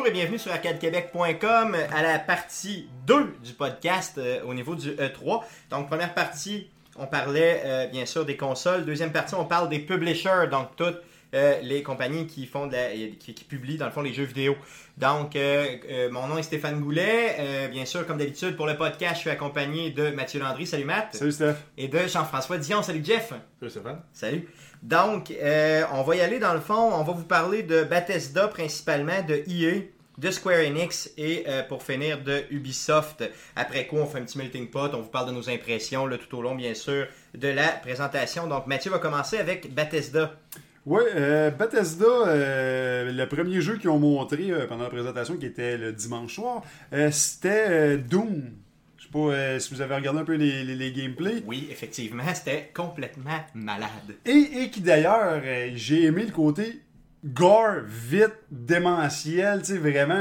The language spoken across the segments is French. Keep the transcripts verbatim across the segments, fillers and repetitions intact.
bonjour et bienvenue sur arcade québec point com à la partie deux du podcast euh, au niveau du E trois. Donc, première partie, on parlait euh, bien sûr des consoles. Deuxième partie, on parle des publishers, donc toutes euh, les compagnies qui font de la, qui, qui publient dans le fond les jeux vidéo. Donc, euh, euh, mon nom est Stéphane Goulet. Euh, bien sûr, comme d'habitude, pour le podcast, je suis accompagné de Mathieu Landry. Salut Matt. Salut Steph. Et de Jean-François Dion. Salut Jeff. Salut Stéphane. Salut. Donc, euh, on va y aller dans le fond. On va vous parler de Bethesda principalement, de E A, de Square Enix et euh, pour finir de Ubisoft. Après quoi, on fait un petit melting pot. On vous parle de nos impressions là, tout au long, bien sûr, de la présentation. Donc, Mathieu va commencer avec Bethesda. Oui, euh, Bethesda, euh, le premier jeu qu'ils ont montré euh, pendant la présentation, qui était le dimanche soir, euh, c'était euh, Doom. Je sais pas euh, si vous avez regardé un peu les, les, les gameplays. Oui, effectivement, c'était complètement malade. Et, et qui d'ailleurs, euh, j'ai aimé le côté gore, vite, démentiel, tu sais, vraiment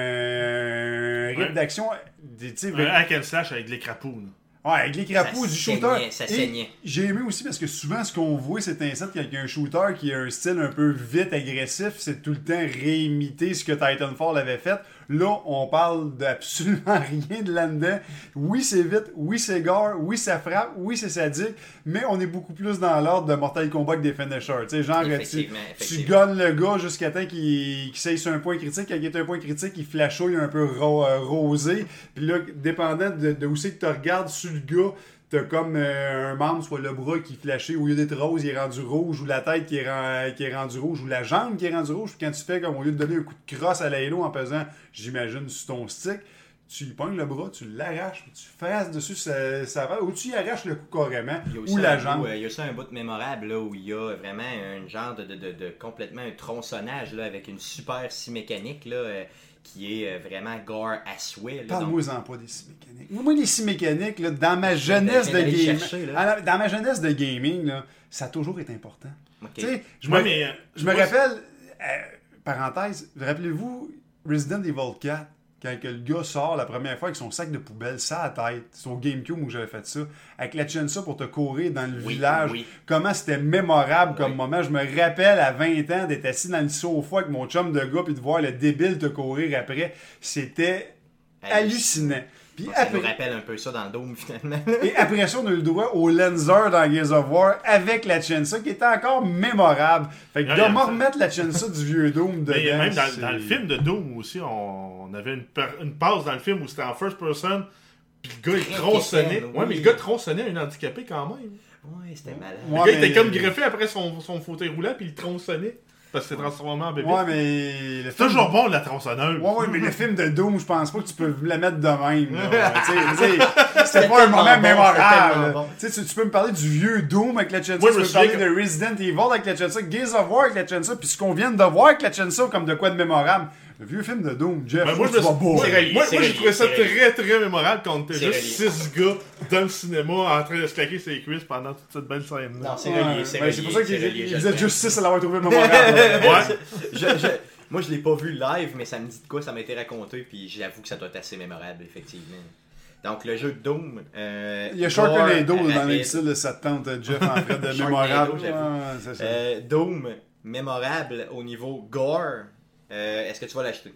un rythme Ouais. d'action. Tu sais, Un hack and slash avec les crapauds. là. Ouais, avec les crapauds Ça du saignait, shooter. ça Et saignait. j'ai aimé aussi parce que souvent, ce qu'on voit, c'est un set avec un shooter qui a un style un peu vite, agressif. C'est tout le temps réimiter ce que Titanfall avait fait. Là, on parle d'absolument rien de là-dedans. Oui, c'est vite. Oui, c'est gore. Oui, ça frappe. Oui, c'est sadique. Mais on est beaucoup plus dans l'ordre de Mortal Kombat que des finishers. Tu sais, genre, tu, Effectivement, tu effectivement. gonnes le gars jusqu'à temps qu'il, qu'il s'aille sur un point critique. Quand il est un point critique, il flashouille un peu ro- euh, rosé. Puis là, dépendant de, de où c'est que tu regardes sur le gars, t'as comme euh, un membre, soit le bras qui flashait, au lieu d'être rose, il est rendu rouge, ou la tête qui est, ren- qui est rendue rouge, ou la jambe qui est rendue rouge. Puis quand tu fais comme au lieu de donner un coup de crosse à l'Halo en pesant, j'imagine, sur ton stick, tu lui pognes le bras, tu l'arraches, puis tu fasses dessus ça, ça va, ou tu y arraches le coup carrément, Il y a aussi ou la un jambe. bout, euh, il y a aussi un bout de mémorable là, où il y a vraiment un genre de, de, de, de complètement un tronçonnage là, avec une super scie mécanique là, euh, qui est euh, vraiment gore à souhait. Là, donc, Parle-moi-en pas des scies mécaniques. Moi, les scies mécaniques, là, dans ma jeunesse de d'aller gaming, chercher, là. dans ma jeunesse de gaming, là, ça a toujours été important. ok. Tu sais, je Ouais, me, mais, euh, je me moi, rappelle, euh, parenthèse, rappelez-vous Resident Evil quatre, quand que le gars sort la première fois avec son sac de poubelle, ça à la tête, son GameCube où j'avais fait ça, avec la chainsaw pour te courir dans le Oui, village, oui. comment c'était mémorable comme Oui. moment. Je me rappelle à vingt ans d'être assis dans le sofa avec mon chum de gars puis de voir le débile te courir après. C'était hallucinant. Puis Donc, ça après, nous rappelle un peu ça dans le Dome finalement. et après ça, on a eu le droit au Lenser dans Gears of War avec la chainsaw qui était encore mémorable. Fait que Ouais, de ouais, me ça- remettre la chainsaw du vieux Doom dedans. mais même dans, c'est- dans le film de Doom aussi, on, on avait une, per- une passe dans le film où c'était en first person, puis le gars il Très tronçonnait. quétaine, Ouais, mais oui. le gars tronçonnait un handicapé quand même. Ouais, c'était malade. Ouais, le gars mais- était comme greffé après son, son fauteuil roulant, puis il tronçonnait. Parce que c'est transformé en bébé. Ouais, mais. Le C'est film- toujours bon de la tronçonneuse. Ouais, ouais, mais le film de Doom, je pense pas que tu peux la mettre de même. là. Tu sais, tu sais, C'était pas un tellement moment bon, mémorable. c'était tellement là. bon. Tu sais, tu- tu peux me parler du vieux Doom avec la chainsaw, Moi, tu je me peux me parler souviens de Resident Evil avec la chainsaw, Gears of War avec la chainsaw, puis ce qu'on vient de voir avec la chainsaw comme de quoi de mémorable. Le vieux film de Doom, Jeff, Ben, moi, je tu me vas suis- bourrer. moi, C'est relié, moi, c'est moi, j'ai relié, trouvé ça c'est relié. très très mémorable quand on était C'est juste relié. six gars dans le cinéma en train de se claquer ses cuisses pendant toute cette belle scène. Non, c'est Ouais, relié, c'est ben, relié. c'est pour ça que c'est relié, je vous le êtes sais. juste six à l'avoir trouvé mémorable. Ouais. je, je, moi, je l'ai pas vu live, mais ça me dit de quoi, ça m'a été raconté, puis j'avoue que ça doit être assez mémorable, effectivement. Donc, le jeu de Doom. Euh, Il y a gore, Sharknado dans rapide. l'épisode de sa tante Jeff en fait de Sharknado, mémorable. j'avoue. Ouais, c'est ça. Euh, Doom, mémorable au niveau gore. Euh, Est-ce que tu vas l'acheter?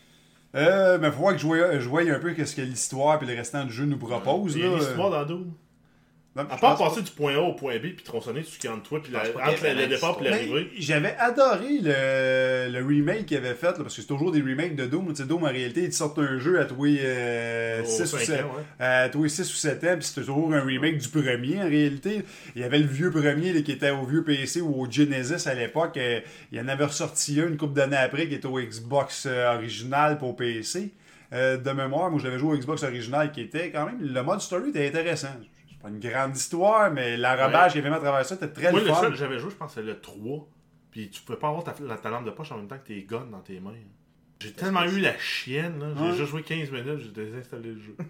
Euh, mais faut voir que je voie, je voie un peu ce que l'histoire et le restant du jeu nous propose. Il y a là. l'histoire dans Doom. Non, À je part pense passer du point A au point B puis tronçonner tout ce qui est entre toi puis la- Je pense pas qu'il y entre ait le vraiment départ puis Mais l'arrivée. j'avais adoré le, le remake qu'il avait fait, là, parce que c'est toujours des remakes de Doom. Tu sais, Doom, en réalité, ils sortent un jeu à tous les Au six ou cinq sept ans, ouais. à tous les six ou sept ans, puis c'était toujours un remake du premier, en réalité. Il y avait le vieux premier là, qui était au vieux P C ou au Genesis à l'époque. Euh, il y en avait ressorti un une couple d'années après qui était au Xbox euh, original pour P C. Euh, de mémoire, moi je l'avais joué au Xbox original qui était quand même, le mode story était intéressant. C'est pas une grande histoire, mais l'enrobage qu'il y avait à travers ça était très Moi, le le fun. seul que j'avais joué, je pense que c'est le trois. Puis tu pouvais pas avoir ta, la, ta lampe de poche en même temps que tes guns dans tes mains. J'ai tellement eu la chienne, là. J'ai Ouais. juste joué quinze minutes, j'ai désinstallé le jeu.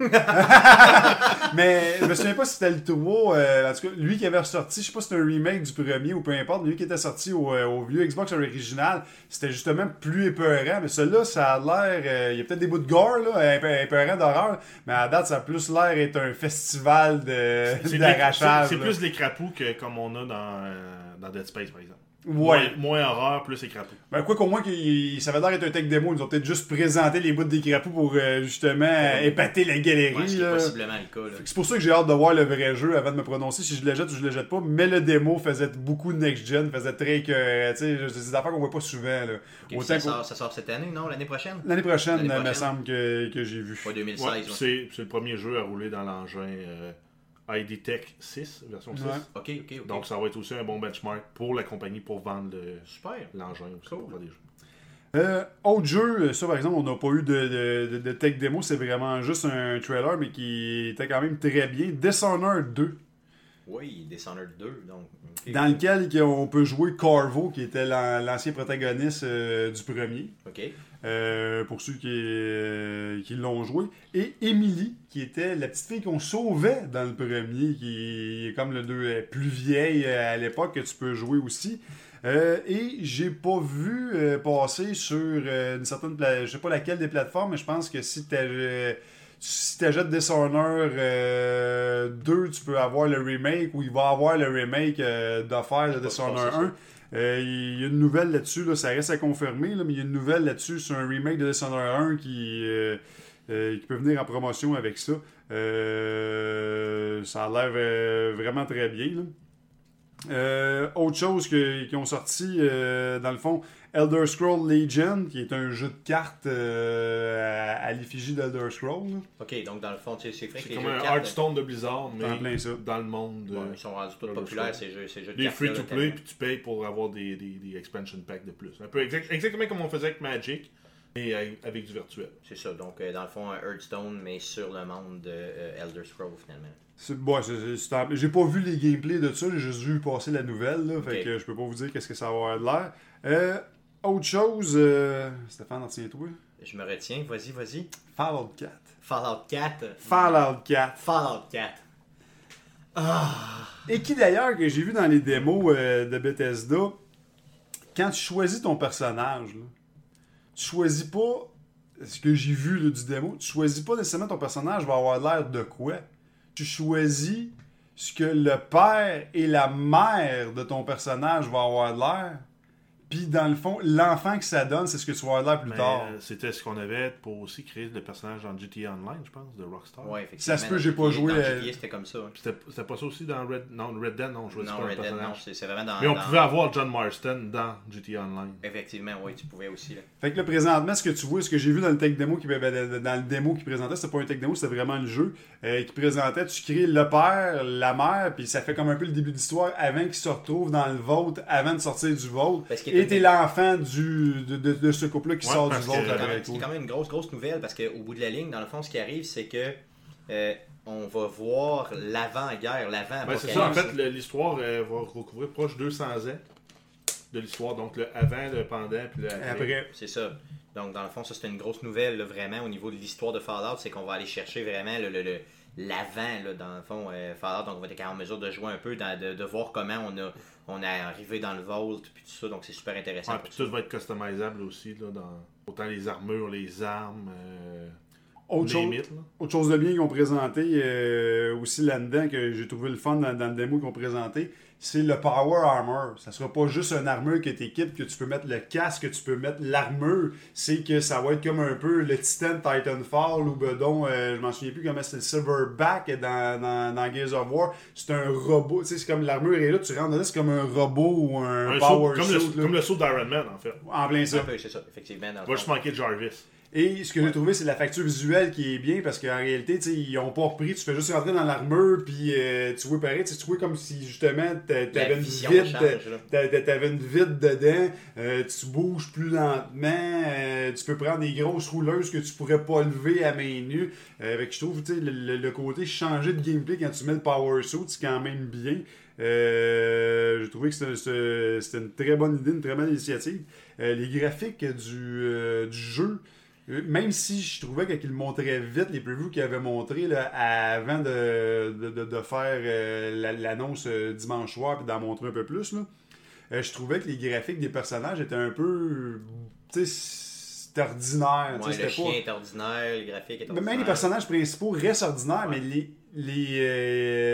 Mais je me souviens pas si c'était le trois. Euh, en tout cas, lui qui avait ressorti, je sais pas si c'était un remake du premier ou peu importe, mais lui qui était sorti au, euh, au vieux Xbox original, c'était justement plus épeurant. Mais celui-là, ça a l'air. euh, Il y a peut-être des bouts de gore, là, épeu- épeurant d'horreur, mais à date, ça a plus l'air d'être un festival de, C'est d'arrachage. C'est c'est là. plus les crapauds que comme on a dans, euh, dans Dead Space, par exemple. Ouais. Moins, moins horreur, plus écrapou. Ben, quoi qu'au moins, qu'il- ça va l'air d'être un tech démo. Ils ont peut-être juste présenté les bouts des crapauds pour euh, justement euh, épater la galerie. Ouais, ce qui est là. possiblement le cas. Là. C'est pour ça que j'ai hâte de voir le vrai jeu avant de me prononcer si je le jette ou je le jette pas. Mais le démo faisait beaucoup de next-gen, faisait très que. Tu sais, c'est des affaires qu'on voit pas souvent. Là. Okay, Autant ça, qu'au- sort, ça sort cette année, non? L'année prochaine? L'année prochaine, L'année il me prochaine. semble que, que j'ai vu. Pas deux mille seize. Ouais, ouais. c'est, c'est le premier jeu à rouler dans l'engin euh, I D Tech six, version six. Ouais. Ok, ok, ok. Donc ça va être aussi un bon benchmark pour la compagnie pour vendre le- Super. l'engin aussi. Cool. Pour faire des jeux. Euh, autre jeu, ça par exemple, on n'a pas eu de, de, de, de tech démo, c'est vraiment juste un trailer, mais qui était quand même très bien. Dishonored deux, Oui, Dishonored deux. Donc, ok. dans lequel on peut jouer Corvo, qui était l'an- l'ancien protagoniste euh, du premier. Ok. Euh, pour ceux qui, euh, qui l'ont joué. Et Emily, qui était la petite fille qu'on sauvait dans le premier, qui est comme le deux euh, plus vieille euh, à l'époque, que tu peux jouer aussi. Euh, et j'ai pas vu euh, passer sur euh, une certaine pla- je sais pas laquelle des plateformes, mais je pense que si tu si t'achètes Dishonored euh, deux, tu peux avoir le remake, ou il va avoir le remake euh, d'offert de pas Dishonored passé un. Euh, Il y a une nouvelle là-dessus, là, ça reste à confirmer, là, mais il y a une nouvelle là-dessus sur un remake de Dishonored un qui, euh, euh, qui peut venir en promotion avec ça. Euh, ça a l'air euh, vraiment très bien. Là. Euh, autre chose que- qui ont sorti, euh, dans le fond, Elder Scrolls Legend, qui est un jeu de cartes euh, à, à l'effigie d'Elder Scrolls. là. Ok, donc dans le fond, tu sais, c'est vrai que C'est les comme jeux de un cartes, Hearthstone de Blizzard, mais En plein ça. dans le monde. ouais, euh, ils sont rendus tous Elder populaires, Scrolls. ces jeux, ces jeux de Des cartes. free-to-play, puis tu payes pour avoir des, des, des expansion packs de plus. Un peu exact- exactement comme on faisait avec Magic, mais avec, avec du virtuel. C'est ça, donc euh, dans le fond, un Hearthstone, mais sur le monde de euh, Elder Scrolls finalement. C'est- ouais, c'est- c'est- c'est en- j'ai pas vu les gameplays de ça, j'ai juste vu passer la nouvelle, là, fait Ok. que je peux pas vous dire qu'est-ce que ça va avoir de l'air. Euh, autre chose, euh, Stéphane, retiens-toi. Je me retiens, vas-y, vas-y. Fallout quatre. Fallout quatre. Fallout quatre. Fallout quatre. Ah! Et qui d'ailleurs, que j'ai vu dans les démos euh, de Bethesda, quand tu choisis ton personnage, là, tu choisis pas ce que j'ai vu là, du démo, tu choisis pas nécessairement ton personnage va avoir l'air de quoi. Tu choisis ce que le père et la mère de ton personnage vont avoir l'air. Puis dans le fond, l'enfant que ça donne, c'est ce que tu vas avoir l'air plus Mais, tard. euh, c'était ce qu'on avait pour aussi créer le personnage dans G T A Online, je pense, de Rockstar. Ouais, effectivement. Ça se peut, dans j'ai pas G T A, joué, Dans euh, G T A, c'était comme ça. hein. Puis C'était c'était pas ça aussi dans Red, non, Red Dead, non, je choisis Non, pas un Red Dead, non, personnage. c'est c'est vraiment dans. Mais on dans- pouvait avoir John Marston dans G T A Online. Effectivement, oui, tu pouvais aussi. Là. Fait que là, présentement, ce que tu vois, ce que j'ai vu dans le tech démo qui ben, dans le démo qui présentait, c'était pas un tech démo, c'était vraiment le jeu euh, qui présentait, tu crées le père, la mère, puis ça fait comme un peu le début de l'histoire avant qu'ils se retrouvent dans le vote, avant de sortir du vote. Parce qu'il Et était- t'es l'enfant du de, de, de ce couple-là qui Ouais, sort du parce vote que- C'est quand, après même, c'est tout. quand même une grosse, grosse nouvelle parce qu'au bout de la ligne, dans le fond, ce qui arrive, c'est que euh, on va voir l'avant-guerre, l'avant Ben, c'est ça, en fait, le- l'histoire euh, va recouvrir proche de deux cents ans de l'histoire. Donc le avant, le pendant, puis le après. Après. C'est ça. Donc, dans le fond, ça, c'est une grosse nouvelle, là, vraiment, au niveau de l'histoire de Fallout, c'est qu'on va aller chercher vraiment le, le- le- l'avant, là, dans le fond, euh, Fallout. Donc, on va être en mesure de jouer un peu, dans- de, de voir comment on a on est arrivé dans le Vault, puis tout ça. Donc, c'est super intéressant. Ouais, pour puis ça. tout va être customisable aussi, là, dans autant les armures, les armes, euh, Autre les chose, mythes. Là. autre chose de bien qu'ils ont présenté euh, aussi là-dedans, que j'ai trouvé le fun dans, dans le démo qu'ils ont présenté, c'est le Power Armor. Ça sera pas juste une armure que t'équipes, que tu peux mettre le casque, que tu peux mettre l'armure. C'est que ça va être comme un peu le Titan Titanfall ou bedon, euh, je m'en souviens plus comment c'est le Silverback dans, dans, dans Gears of War. C'est un robot, tu sais, c'est comme l'armure est là, tu rentres dedans, c'est comme un robot ou un, Un Power saut, comme, le, suit, là. comme le saut d'Iron Man, en fait. En plein ça. Un peu, c'est ça, effectivement. Dans Il le va juste fond. manquer de Jarvis. Et ce que j'ai trouvé, c'est la facture visuelle qui est bien parce qu'en réalité, tu sais, ils ont pas repris, tu fais juste rentrer dans l'armure, puis euh, tu vois pareil, tu sais, tu vois comme si justement t'a- La t'avais une vision vide, change, là. t'a- t'a- t'avais une vide dedans, euh, tu bouges plus lentement, euh, tu peux prendre des grosses rouleuses que tu pourrais pas lever à main nue. Euh, fait que je trouve, tu sais, le, le- le côté changer de gameplay quand tu mets le Power Suit, c'est quand même bien. Euh, j'ai trouvé que c'était- c'était c'était une très bonne idée, une très bonne initiative. Euh, les graphiques du, euh, du jeu, euh, même si je trouvais que qu'ils le montraient vite, les previews qu'ils avaient montré là, avant de, de, de- de faire euh, la- l'annonce euh, dimanche soir puis d'en montrer un peu plus, là, euh, je trouvais que les graphiques des personnages étaient un peu. Tu sais, c'était ordinaire. tu sais, Ouais, le c'était chien pas- est ordinaire, le graphique est mais ordinaire. même les personnages principaux restent ordinaires, Ouais. mais les, les, euh, les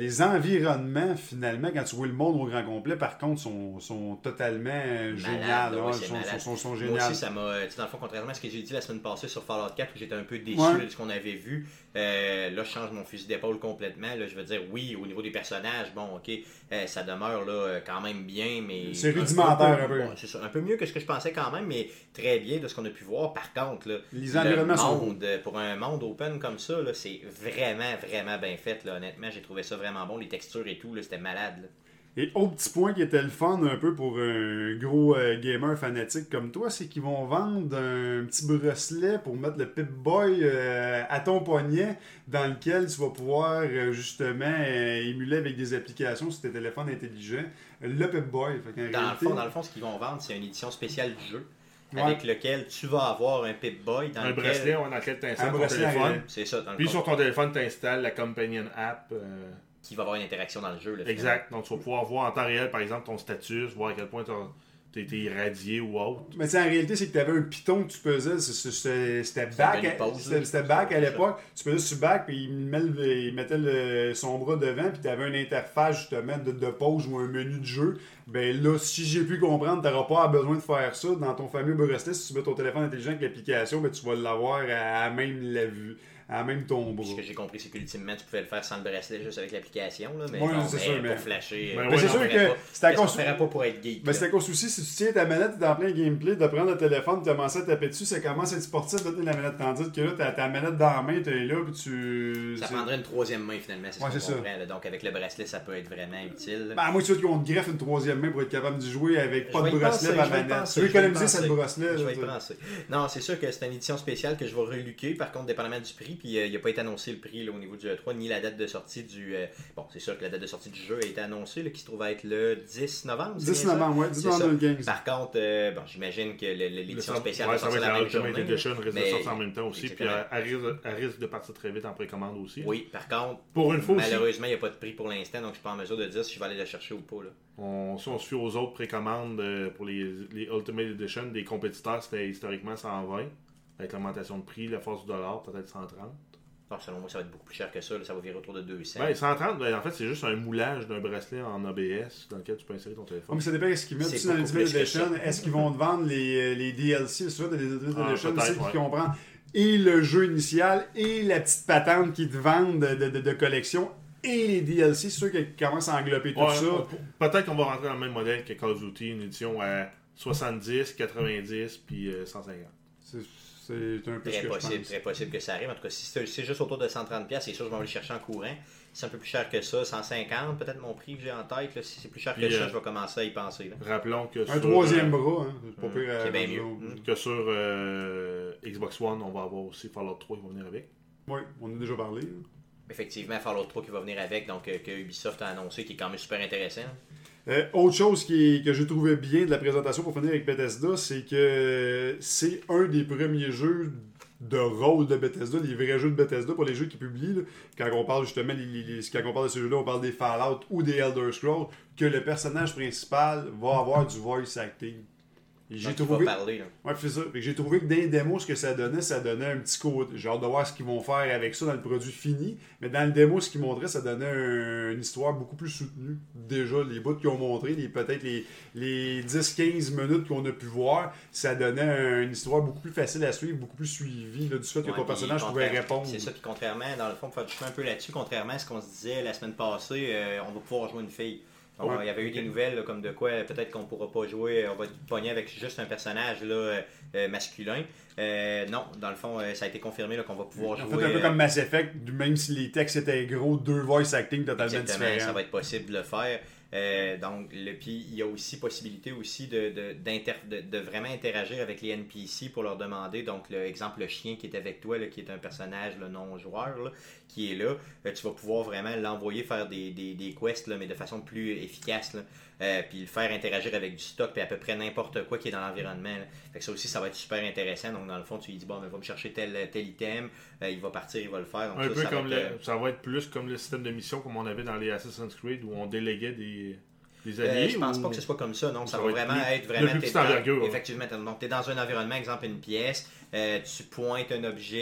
les environnements, finalement, quand tu vois le monde au grand complet, par contre, sont, sont totalement géniaux. Ouais, Ils sont, sont, sont, sont Moi géniaux. aussi, ça m'a. Tu sais, dans le fond, contrairement à ce que j'ai dit la semaine passée sur Fallout quatre, où j'étais un peu déçu Ouais. là, de ce qu'on avait vu, euh, là, je change mon fusil d'épaule complètement. Là, je veux dire, oui, au niveau des personnages, bon, ok, euh, ça demeure là, quand même bien, mais. C'est rudimentaire un peu. Bon, c'est ça, un peu mieux que ce que je pensais quand même, mais très bien de ce qu'on a pu voir. Par contre, là, Les environnements le sont monde, pour un monde open comme ça, là, c'est vraiment, vraiment bien fait. Là. Honnêtement, j'ai trouvé ça vraiment bon. Les textures et tout, là, c'était malade. Là. Et autre petit point qui était le fun un peu pour un gros euh, gamer fanatique comme toi, c'est qu'ils vont vendre un petit bracelet pour mettre le Pip-Boy euh, à ton poignet dans lequel tu vas pouvoir euh, justement euh, émuler avec des applications sur tes téléphones intelligents le Pip-Boy. Fait qu'en Dans, réalité, le fond, dans le fond, ce qu'ils vont vendre, c'est une édition spéciale du jeu. Ouais. Avec lequel tu vas avoir un Pip-Boy dans Un lequel... bracelet ouais, dans lequel tu Un installes ton bracelet, téléphone. ouais. C'est ça, dans le Puis fond, sur ton téléphone, tu installes la Companion App. euh, qui va avoir une interaction dans le jeu. Là, Exact. Donc tu vas pouvoir voir en temps réel, par exemple, ton status, voir à quel point tu as été irradié ou autre. Mais tu sais, en réalité, c'est que tu avais un piton que tu pesais. c'est- c'est- c'est- C'était Ça back, donne une à- pause, c'était là. c'était back à C'est l'époque. Tu pesais sur back, puis il, met le- il mettait le- son bras devant, puis tu avais une interface justement de, de pause ou un menu de jeu. Ben là, si j'ai pu comprendre, tu n'auras pas besoin de faire ça dans ton fameux bracelet. Si tu mets ton téléphone intelligent avec l'application, ben, tu vas l'avoir à, à même la vue. À même ton bras. Ce que j'ai compris, c'est qu'ultimement, tu pouvais le faire sans le bracelet, juste avec l'application. Là, mais Ouais, bon, c'est mais sûr, pour mais- flasher... Ben euh, ouais, Mais c'est non, sûr on que ferait pas. c'est à Qu'est-ce qu'on cause. ferait pas pour être geek. Ben, là? c'est à cause aussi, si tu tiens ta manette, t'es en plein gameplay, de prendre le téléphone, de commencer à taper dessus, ça commence à être sportif de tenir la manette. Tandis que là, t'as ta manette dans la main, t'es là, puis tu. Ça c'est- prendrait une troisième main finalement, c'est ce Ouais, qu'on c'est ça. comprend. Là. Donc avec le bracelet, ça peut être vraiment utile. Ben, à moins que tu veux qu'on te greffe une troisième main pour être capable d'y jouer avec pas Je de vais y bracelet penser, à je vais y manette. penser, Tu veux je vais y économiser penser. cette bracelet. Je là, vais y tu- penser. Non, c'est sûr que c'est une édition spéciale que je vais reluquer. Par contre, dépendamment du prix, puis euh, il n'a pas été annoncé le prix là, au niveau du E trois, ni la date de sortie du. euh, Bon, c'est sûr que la date de sortie du jeu a été annoncée, là, qui se trouve à être le dix novembre. c'est dix bien ça? novembre, ouais, dix C'est novembre ça. deux mille quinze. Par contre, euh, bon, j'imagine que le- le- Le l'édition sort- spéciale ouais, va ça va sortir être la la même Ultimate journée. Edition risque de mais- sortir en même temps aussi. Puis Exactement. elle, elle risque, elle risque de partir très vite en précommande aussi. Oui, par contre, Pour une fois aussi, malheureusement, il n'y a pas de prix pour l'instant, donc je ne suis pas en mesure de dire si je vais aller le chercher ou pas. Là. on, si on se fie aux autres précommandes euh, pour les, les Ultimate Edition, des compétiteurs, c'était historiquement cent vingt. Avec l'augmentation de prix, la force du dollar, peut-être cent trente. Alors, selon moi, ça va être beaucoup plus cher que ça. Là, ça va virer autour de deux cents. Ben, cent trente, ben, en fait, c'est juste un moulage d'un bracelet en A B S dans lequel tu peux insérer ton Ouais, téléphone. mais ça dépend de ce qu'ils mettent C'est aussi dans beaucoup l'Ultimate plus que Edition. ça. Est-ce qu'ils vont te vendre les, les D L C, soit de les Ultimate Ah, Edition, peut-être, c'est qui ouais. comprend et le jeu initial et la petite patente qu'ils te vendent de, de, de, de collection et les D L C, ceux qui commencent à englober tout Ouais, ça. on- Peut-être qu'on va rentrer dans le même modèle que Call of Duty, une édition à soixante-dix, quatre-vingt-dix, puis euh, cent cinquante. C'est c'est un peu ce Très que possible, je pense. très possible que ça arrive. En tout cas, si c'est c'est juste autour de cent trente dollars, c'est sûr que je vais aller le chercher en courant. Si c'est un peu plus cher que ça, cent cinquante, peut-être mon prix que j'ai en tête. Là, si c'est plus cher que Puis, ça, euh, je vais commencer à y penser. Là. Rappelons que Un sur, troisième euh, bras, hein. C'est pas Hum, pire à c'est bien rendre mieux. là. Hum. que sur euh, Xbox One, on va avoir aussi Fallout trois qui va venir avec. Oui, on a déjà parlé. hein. Effectivement, Fallout trois qui va venir avec, donc euh, que Ubisoft a annoncé, qui est quand même super intéressant. Euh, autre chose qui, que j'ai trouvé bien de la présentation pour finir avec Bethesda, c'est que c'est un des premiers jeux de rôle de Bethesda, les vrais jeux de Bethesda pour les jeux qu'ils publient. Là, quand on parle justement, les, les- les- quand on parle de ces jeux-là, on parle des Fallout ou des Elder Scrolls, que le personnage principal va avoir du voice acting. Et j'ai Donc, il trouvé. va parler. Là. Ouais, c'est ça. Fait que j'ai trouvé que dans les démos, ce que ça donnait, ça donnait un petit côté. J'ai hâte de voir ce qu'ils vont faire avec ça dans le produit fini. Mais dans le démo, ce qu'ils montraient, ça donnait un- une histoire beaucoup plus soutenue. Déjà, les bouts qu'ils ont montré, les, peut-être les, les dix quinze minutes qu'on a pu voir, ça donnait un- une histoire beaucoup plus facile à suivre, beaucoup plus suivie là, du fait que Ouais, ton puis personnage pouvait contraire- répondre. C'est ça, puis contrairement, dans le fond, pour faire du chemin un peu là-dessus, contrairement à ce qu'on se disait la semaine passée, euh, on va pouvoir jouer une fille. Donc, Ouais. il y avait eu des nouvelles là, comme de quoi euh, peut-être qu'on pourra pas jouer, on va être pogné avec juste un personnage là, euh, euh, masculin. Euh, non, dans le fond, euh, ça a été confirmé là, qu'on va pouvoir En jouer. fait, un peu euh, comme Mass Effect, même si les textes étaient gros, deux voice acting totalement Exactement, différents. ça va être possible de le faire. Euh, donc, le, puis il y a aussi possibilité aussi de, de, d'inter- de, de vraiment interagir avec les N P C pour leur demander. Donc, l'exemple, le chien qui est avec toi, là, qui est un personnage là, non-joueur, là, qui est là, euh, tu vas pouvoir vraiment l'envoyer faire des, des, des quests, là, mais de façon plus efficace. Là. Euh, puis le faire interagir avec du stock, puis à peu près n'importe quoi qui est dans l'environnement. Là. Fait que ça aussi, ça va être super intéressant. Donc, dans le fond, tu lui dis, bon, ben, va me chercher tel, tel item, euh, il va partir, il va le faire. Donc, Un ça, peu ça va comme être, le, ça va être plus comme le système de mission comme on avait dans les Assassin's Creed où on déléguait des, des Euh, alliés. je pense ou- pas que ce soit comme ça, non. Ça, ça va va être vraiment plus- être vraiment. de plus t'es petite dans- envergure, ouais. Effectivement, t'es- donc tu es dans un environnement, exemple une pièce, euh, tu pointes un objet,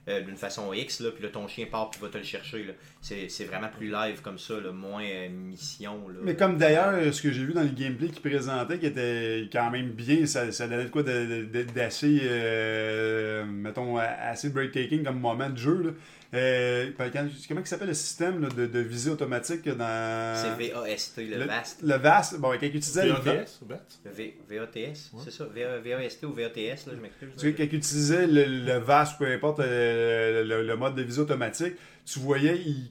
euh, d'une façon X, là, puis là, ton chien part puis va te le chercher. Là. C'est, c'est vraiment plus live comme ça, là, moins euh, mission. Là. Mais comme d'ailleurs, ce que j'ai vu dans le gameplay qu'il présentait, qui était quand même bien, ça, ça donnait de quoi de, de, d'assez, euh, mettons, assez breathtaking comme moment de jeu. Là. Euh, quand, comment il s'appelle le système là, de, de visée automatique dans... C'est V A S T, le, le VAST. Le VAST, bon, quand il utilisait... V A T S, le v, V A T S, ouais. C'est ça, V A S T ou V A T S, là, je m'excuse. Tu sais, quand il utilisait le, le VAST, peu importe le, le, le mode de visée automatique, tu voyais, il,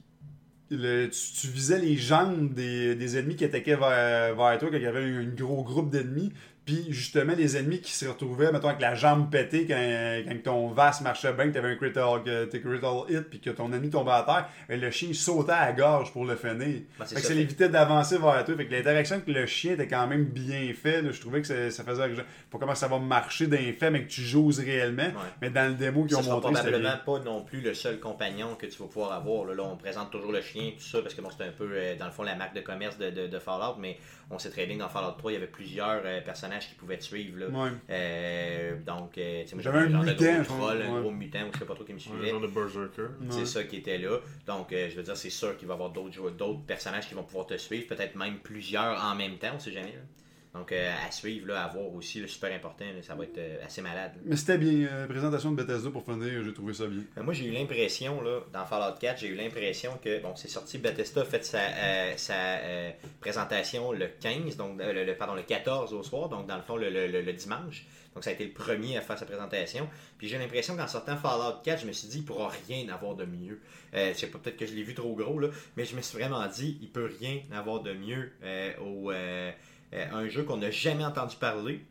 le, tu, tu visais les jambes des, des ennemis qui attaquaient vers, vers toi quand il y avait un, un gros groupe d'ennemis. Puis justement, les ennemis qui se retrouvaient, mettons, avec la jambe pétée quand, quand ton VAST marchait bien, que tu avais un critical, critical hit, puis que ton ennemi tombait à terre, et le chien sautait à la gorge pour le finir. Ben, fait que ça l'évitait d'avancer vers toi. Fait que l'interaction avec le chien était quand même bien faite. Je trouvais que ça, ça faisait... Pas comment ça va marcher dans les faits, mais que tu joues réellement. Ouais. Mais dans le démo qu'ils ont montré, c'était probablement pas non plus le seul compagnon que tu vas pouvoir avoir. Là, là on présente toujours le chien, tout ça, parce que bon, c'est un peu, euh, dans le fond, la marque de commerce de, de, de Fallout, mais on sait très bien que dans Fallout trois, il y avait plusieurs euh, personnages qui pouvaient te suivre. Là. Ouais. Euh, donc, euh, moi, j'avais un, un mutant, de gros troll, ouais. un gros mutant, ou je sais pas trop qui me suivait. Un genre de berserker. C'est ouais. ça qui était là. Donc, euh, je veux dire, c'est sûr qu'il va y avoir d'autres joueurs, d'autres personnages qui vont pouvoir te suivre, peut-être même plusieurs en même temps, on sait jamais. Là. Donc, euh, à suivre, là, à voir aussi, là, super important, là, ça va être euh, assez malade. Là. Mais c'était bien, euh, présentation de Bethesda pour finir, j'ai trouvé ça bien. Euh, moi, j'ai eu l'impression, là, dans Fallout quatre, j'ai eu l'impression que, bon, c'est sorti, Bethesda a fait sa, euh, sa euh, présentation le quinze, donc, euh, le, le, pardon, le quatorze au soir, donc, dans le fond, le, le, le, le dimanche. Donc, ça a été le premier à faire sa présentation. Puis, j'ai l'impression qu'en sortant Fallout quatre, je me suis dit, il ne pourra rien avoir de mieux. Euh, je sais pas, peut-être que je l'ai vu trop gros, là, mais je me suis vraiment dit, il peut rien avoir de mieux euh, au... Euh, Euh, un jeu qu'on n'a jamais entendu parler,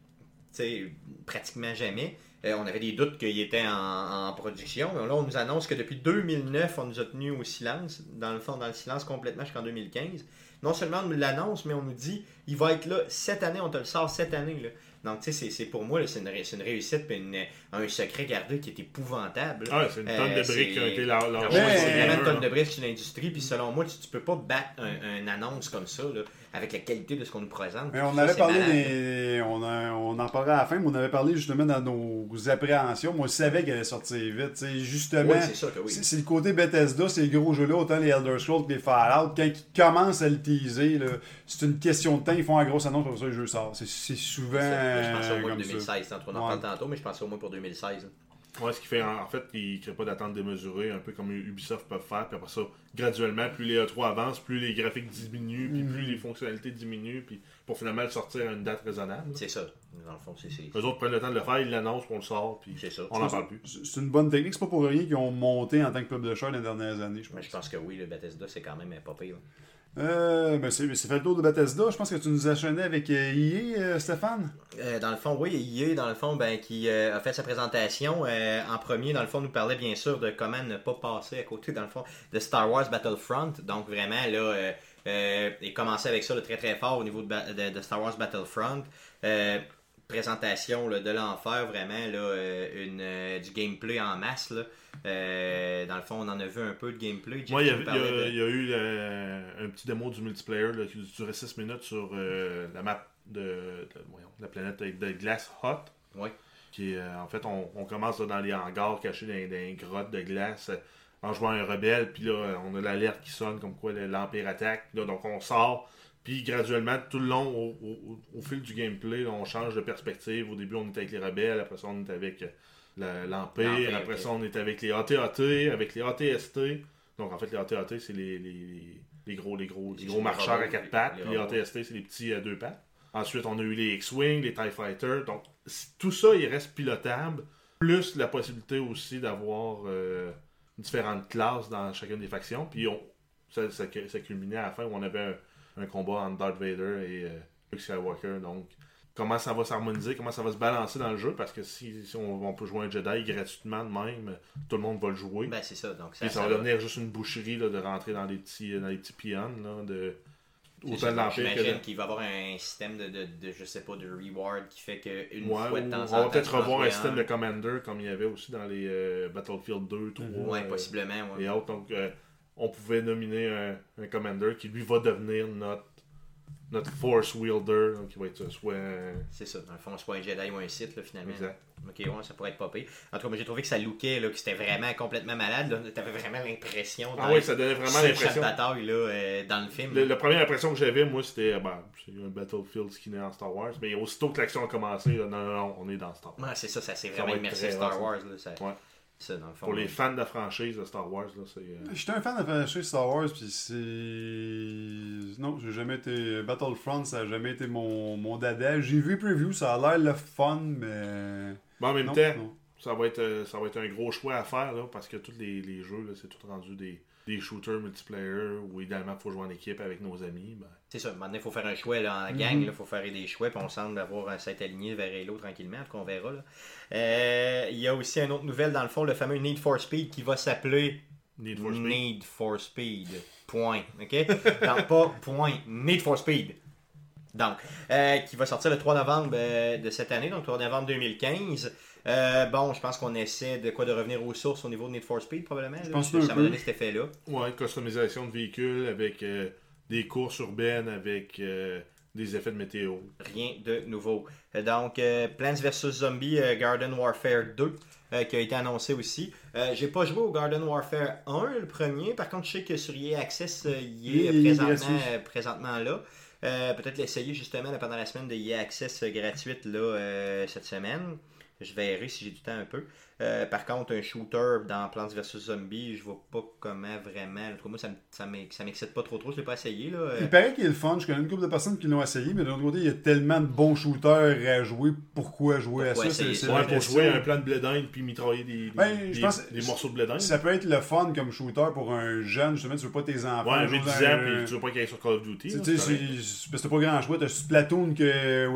pratiquement jamais. Euh, on avait des doutes qu'il était en, en production. Mais là, on nous annonce que depuis deux mille neuf, on nous a tenus au silence, dans le fond, dans le silence complètement jusqu'en deux mille quinze. Non seulement on nous l'annonce, mais on nous dit il va être là cette année, on te le sort cette année. Là. Donc, tu sais, c'est, c'est pour moi, là, c'est, une, c'est une réussite et une, un secret gardé qui est épouvantable. Ah, c'est une tonne euh, de briques qui ont été leur, leur ah, ouais, c'est vraiment une tonne de briques sur l'industrie. Puis selon moi, tu, tu peux pas battre un, une annonce comme ça, là, avec la qualité de ce qu'on nous présente. Mais on ça, avait parlé des... on, a... on en parlera à la fin, mais on avait parlé justement dans nos appréhensions. Moi, je savais qu'elle allait sortir vite. T'sais, justement, oui, c'est, sûr que oui. c'est, c'est le côté Bethesda, ces gros jeux-là, autant les Elder Scrolls que les Fallout. Quand ils commencent à le teaser, là, c'est une question de temps. Ils font une grosse annonce pour ça, le jeu sort. C'est, c'est souvent. C'est, je pense au moins comme deux mille seize. ça. On en parle tantôt, mais je pense au moins pour deux mille seize. Ouais, ce qui fait en fait qu'ils ne créent pas d'attente démesurée, un peu comme Ubisoft peuvent faire. Puis après ça, graduellement, plus les E trois avancent, plus les graphiques diminuent, puis mm-hmm. plus les fonctionnalités diminuent, puis pour finalement le sortir à une date raisonnable. C'est ça. Dans le fond, c'est, c'est... Eux autres prennent le temps de le faire, ils l'annoncent, on le sort, puis c'est ça. on n'en parle plus. C'est une bonne technique, c'est pas pour rien qu'ils ont monté en tant que publisher dans les dernières années, je pense. Mais je pense que oui, le Bethesda, c'est quand même pas pire. Euh, ben c'est, c'est fait le tour de Bethesda. Je pense que tu nous as chaîné avec euh, E A, euh, Stéphane. Euh, dans le fond, oui, E A, dans le fond, ben, qui euh, a fait sa présentation. Euh, en premier, dans le fond, nous parlait bien sûr de comment ne pas passer à côté, dans le fond, de Star Wars Battlefront. Donc vraiment, là, euh, euh, il commençait avec ça là, très très fort au niveau de, de, de Star Wars Battlefront. Euh, présentation là, de l'enfer, vraiment, là, euh, une, euh, du gameplay en masse, là. Euh, dans le fond, on en a vu un peu de gameplay. Moi, il y, a, il, y a, de... il y a eu euh, un petit démo du multiplayer là, qui durait six minutes sur euh, la map de, de voyons, la planète de Glass Hut. Oui. Qui, euh, en fait, on, on commence là, dans les hangars cachés dans, dans les grottes de glace euh, en jouant un rebelle. Puis là, on a l'alerte qui sonne comme quoi l'Empire attaque. Là, donc, on sort. Puis graduellement, tout le long, au, au, au fil du gameplay, là, on change de perspective. Au début, on est avec les rebelles. Après ça, on est avec... La, l'Empire, L'Empire, après okay. ça on est avec les A T A T, avec les A T S T. Donc en fait les A T A T c'est les, les, les gros, les gros, les gros marcheurs robots, à quatre pattes, puis les A T S T c'est les petits à deux pattes. Ensuite on a eu les X-Wing, les TIE Fighters. Donc tout ça il reste pilotable, plus la possibilité aussi d'avoir euh, différentes classes dans chacune des factions. Puis on, ça, ça, ça culminait à la fin où on avait un, un combat entre Darth Vader et euh, Luke Skywalker. Donc comment ça va s'harmoniser, comment ça va se balancer dans le jeu, parce que si, si on, on peut jouer un Jedi gratuitement de même, tout le monde va le jouer. Ben c'est ça. Donc ça, et ça, ça va devenir juste une boucherie là, de rentrer dans les petits, dans les petits pions là, de autant de l'Empire. J'imagine de... qu'il va y avoir un système de, de, de, je sais pas, de reward qui fait qu'une ouais, fois de temps en temps. On va peut-être revoir un système de Commander comme il y avait aussi dans les euh, Battlefield deux, trois. Mm-hmm. Ouais, euh, possiblement. Ouais. Et autres. Donc, euh, on pouvait nominer un, un Commander qui lui va devenir notre notre Force Wielder, donc qui va être soit. Euh... C'est ça, dans le fond, soit un Jedi ou un Sith, là, finalement. Exact. Ok, ouais, ça pourrait être pas pire. En tout cas, moi j'ai trouvé que ça lookait, là, que c'était vraiment complètement malade. Là. T'avais vraiment l'impression Ah oui, ça donnait vraiment l'impression. Cette bataille là, euh, dans le film. Le, la première impression que j'avais, moi, c'était ben, c'est un Battlefield qui naît en Star Wars, mais aussitôt que l'action a commencé, là, non, non, non, on est dans Star Wars. Ouais, c'est ça, ça s'est Ça vraiment va être immersé très Star awesome. Wars. Là, ça, Ouais. ça, dans le fond, Pour les là. fans de la franchise de Star Wars, là, c'est. Euh... J'étais un fan de la franchise Star Wars, puis c'est. Non, j'ai jamais été. Battlefront, ça a jamais été mon, mon dada. J'ai vu preview, ça a l'air le fun, mais. Mais en même non, temps, non. Ça, va être, ça va être un gros choix à faire, là, parce que tous les, les jeux, là, c'est tout rendu des, des shooters multiplayer, où idéalement, il faut jouer en équipe avec nos amis. Ben... C'est ça, maintenant, il faut faire un choix là, en gang, il mm-hmm. faut faire des choix, puis on semble avoir s'être aligné vers l'eau tranquillement, en tout cas, on verra. Là. Euh, il y a aussi une autre nouvelle, dans le fond, le fameux Need for Speed qui va s'appeler Need for Speed. Need for Speed. Point. OK? Donc, pas point. Need for Speed. Donc, euh, qui va sortir le trois novembre euh, de cette année, donc trois novembre deux mille quinze. Euh, bon, je pense qu'on essaie de quoi de revenir aux sources au niveau de Need for Speed, probablement. Je là. pense que ça m'a donné cet effet-là. Ouais, customisation de véhicules avec euh, des courses urbaines, avec euh, des effets de météo. Rien de nouveau. Donc, euh, Plants versus. Zombies euh, Garden Warfare deux. Euh, qui a été annoncé aussi. Euh, j'ai pas joué au Garden Warfare un, le premier. Par contre, je sais que sur E A Access, euh, il est il, présentement, il euh, présentement là. Euh, peut-être l'essayer justement là, pendant la semaine de E A Access euh, gratuite là, euh, cette semaine. Je verrai si j'ai du temps un peu. Euh, par contre, un shooter dans Plants versus. Zombies, je vois pas comment vraiment. En tout cas, moi, ça, me, ça, ça m'excite pas trop trop. Je l'ai pas essayé. Là. Il paraît qu'il est le fun. Je connais une couple de personnes qui l'ont essayé, mais de l'autre côté, il y a tellement de bons shooters à jouer. Pourquoi jouer Pourquoi à ça? c'est, c'est, ouais, c'est pour jouer à un plan de blé d'Inde puis mitrailler des, des, ben, des, pense, des morceaux de blé d'Inde. Ça peut être le fun comme shooter pour un jeune. Justement, tu veux pas tes enfants. Ouais, un dix ans, un... puis tu veux pas qu'il aille sur Call of Duty. Tu là, sais, c'est c'est, parce que t'as pas grand choix. T'as Splatoon que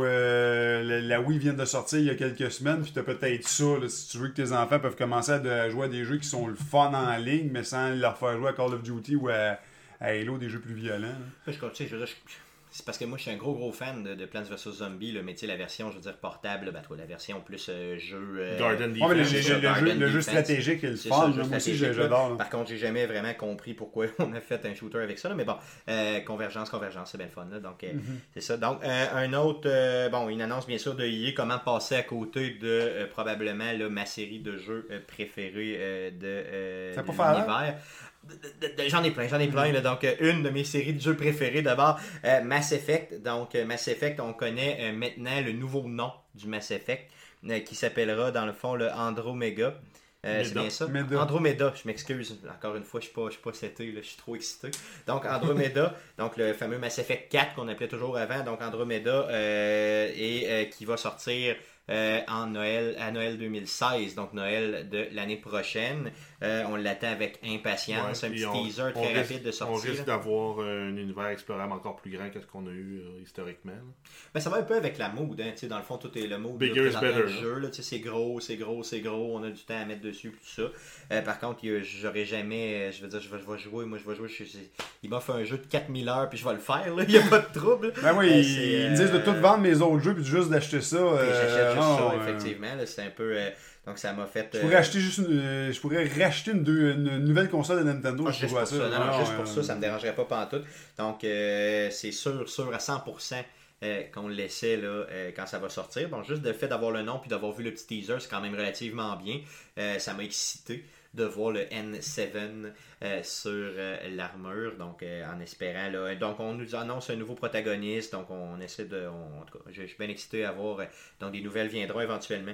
euh, la, la Wii vient de sortir il y a quelques semaines, puis t'as peut-être ça, là, si tu veux que tes enfants peuvent commencer à, de, à jouer à des jeux qui sont le fun en ligne, mais sans leur faire jouer à Call of Duty ou à, à Halo, des jeux plus violents. Je, tu sais, je, je, c'est parce que moi je suis un gros gros fan de, de Plants versus. Zombies, là, mais tu sais, la version, je veux dire, portable, ben, toi, la version plus euh, jeu. Euh, Garden ouais, mais le, Defense. le, le, le, jeu, le jeu stratégique est le c'est fun. ça, là, le moi aussi, stratégique, j'adore. Là. Par contre, j'ai jamais vraiment compris pourquoi on a fait un shooter avec ça, là, mais bon, euh, convergence, convergence, c'est bien le fun. Là, donc, euh, mm-hmm. c'est ça. Donc, euh, un autre, euh, bon, une annonce bien sûr de E A, comment passer à côté de euh, probablement là, ma série de jeux euh, préférés euh, de, euh, de l'univers. De, de, de, j'en ai plein, j'en ai plein. Là. Donc, euh, une de mes séries de jeux préférées, d'abord, euh, Mass Effect. Donc, euh, Mass Effect, on connaît euh, maintenant le nouveau nom du Mass Effect, euh, qui s'appellera, dans le fond, le Andromeda. Euh, c'est bien ça? Meda. Andromeda, je m'excuse. Encore une fois, je ne suis pas seté, je suis trop excité. Donc, Andromeda, donc le fameux Mass Effect quatre qu'on appelait toujours avant. Donc, Andromeda, euh, et euh, qui va sortir euh, en Noël, à Noël deux mille seize, donc Noël de l'année prochaine. Euh, on l'attend avec impatience. Ouais, un petit on, teaser très risque, rapide de sortie. On risque là. d'avoir euh, un univers explorable encore plus grand que ce qu'on a eu euh, historiquement. Ben, ça va un peu avec la mode. Hein, dans le fond, tout est le mode. Bigger is better. Le jeu, là, c'est gros, c'est gros, c'est gros. On a du temps à mettre dessus, tout ça. Euh, par contre, j'aurais jamais. Je veux dire, je vais, je vais jouer. Moi, je vais jouer. Je, je, il m'a fait un jeu de quatre mille heures, puis je vais le faire. Il n'y a pas de trouble. Ben oui, euh, ils, ils me disent de tout vendre mes autres jeux, puis juste d'acheter ça. Euh, J'achète juste non, ça, euh... effectivement. Là, c'est un peu. Euh, Donc ça m'a fait. Je pourrais, euh... acheter juste une, euh, je pourrais racheter une, deux, une nouvelle console de Nintendo. Ah, je juste pour ça. ça. Non, non, non, juste euh... pour ça, ça me dérangerait pas pantoute. Donc euh, c'est sûr, sûr à cent pour cent euh, qu'on le laissait là, euh, quand ça va sortir. Bon, juste le fait d'avoir le nom puis d'avoir vu le petit teaser, c'est quand même relativement bien. Euh, ça m'a excité de voir le N sept euh, sur euh, l'armure, donc euh, en espérant là. Donc on nous annonce un nouveau protagoniste, donc on essaie de. On, en tout cas, je, je suis bien excité à voir. Euh, donc des nouvelles viendront éventuellement.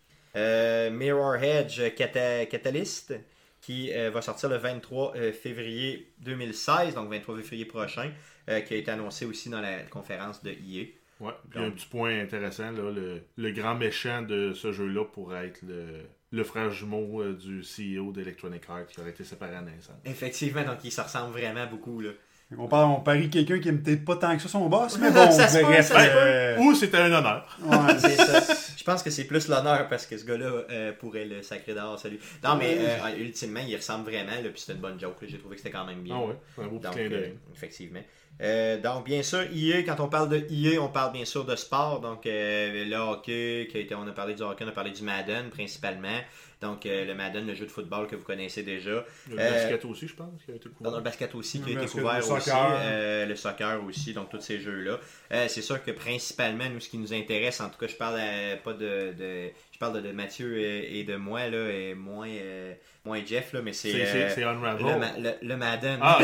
Euh, Mirror Edge Cata- Catalyst qui euh, va sortir le vingt-trois février deux mille seize, donc vingt-trois février prochain, euh, qui a été annoncé aussi dans la conférence de E A. Ouais, puis donc, un petit point intéressant, là, le, le grand méchant de ce jeu-là pourrait être le, le frère jumeau euh, du C E O d'Electronic Arts qui aurait été séparé à naissance. Effectivement, donc il se ressemble vraiment beaucoup là. On, parle, on parie quelqu'un qui aime peut-être pas tant que ça son boss, mais bon, ça se peut, ça se euh... Ou c'était un honneur. Ouais, c'est ça. Je pense que c'est plus l'honneur parce que ce gars-là euh, pourrait le sacrer dehors, celui. Non, mais euh, ultimement, il ressemble vraiment, là, puis c'était une bonne joke. Là. J'ai trouvé que c'était quand même bien. Ah ouais, c'est un beau petit clin d'œil. Euh, effectivement. Euh, donc, bien sûr, E A, quand on parle de E A, on parle bien sûr de sport. Donc, euh, le hockey, qui a été, on a parlé du hockey, on a parlé du Madden principalement. Donc, euh, le Madden, le jeu de football que vous connaissez déjà. Le euh, basket aussi, je pense, qui a été couvert. Dans le basket aussi, qui Le a été basket, couvert le aussi. soccer. Euh, le soccer aussi, donc tous ces jeux-là. Euh, c'est sûr que principalement, nous, ce qui nous intéresse, en tout cas, je parle euh, pas de, de. Je parle de, de Mathieu et, et de moi, là, et moins, euh, moins Jeff, là, mais c'est. C'est, euh, c'est, c'est Unravel. le, ma- le, le Madden. Ah,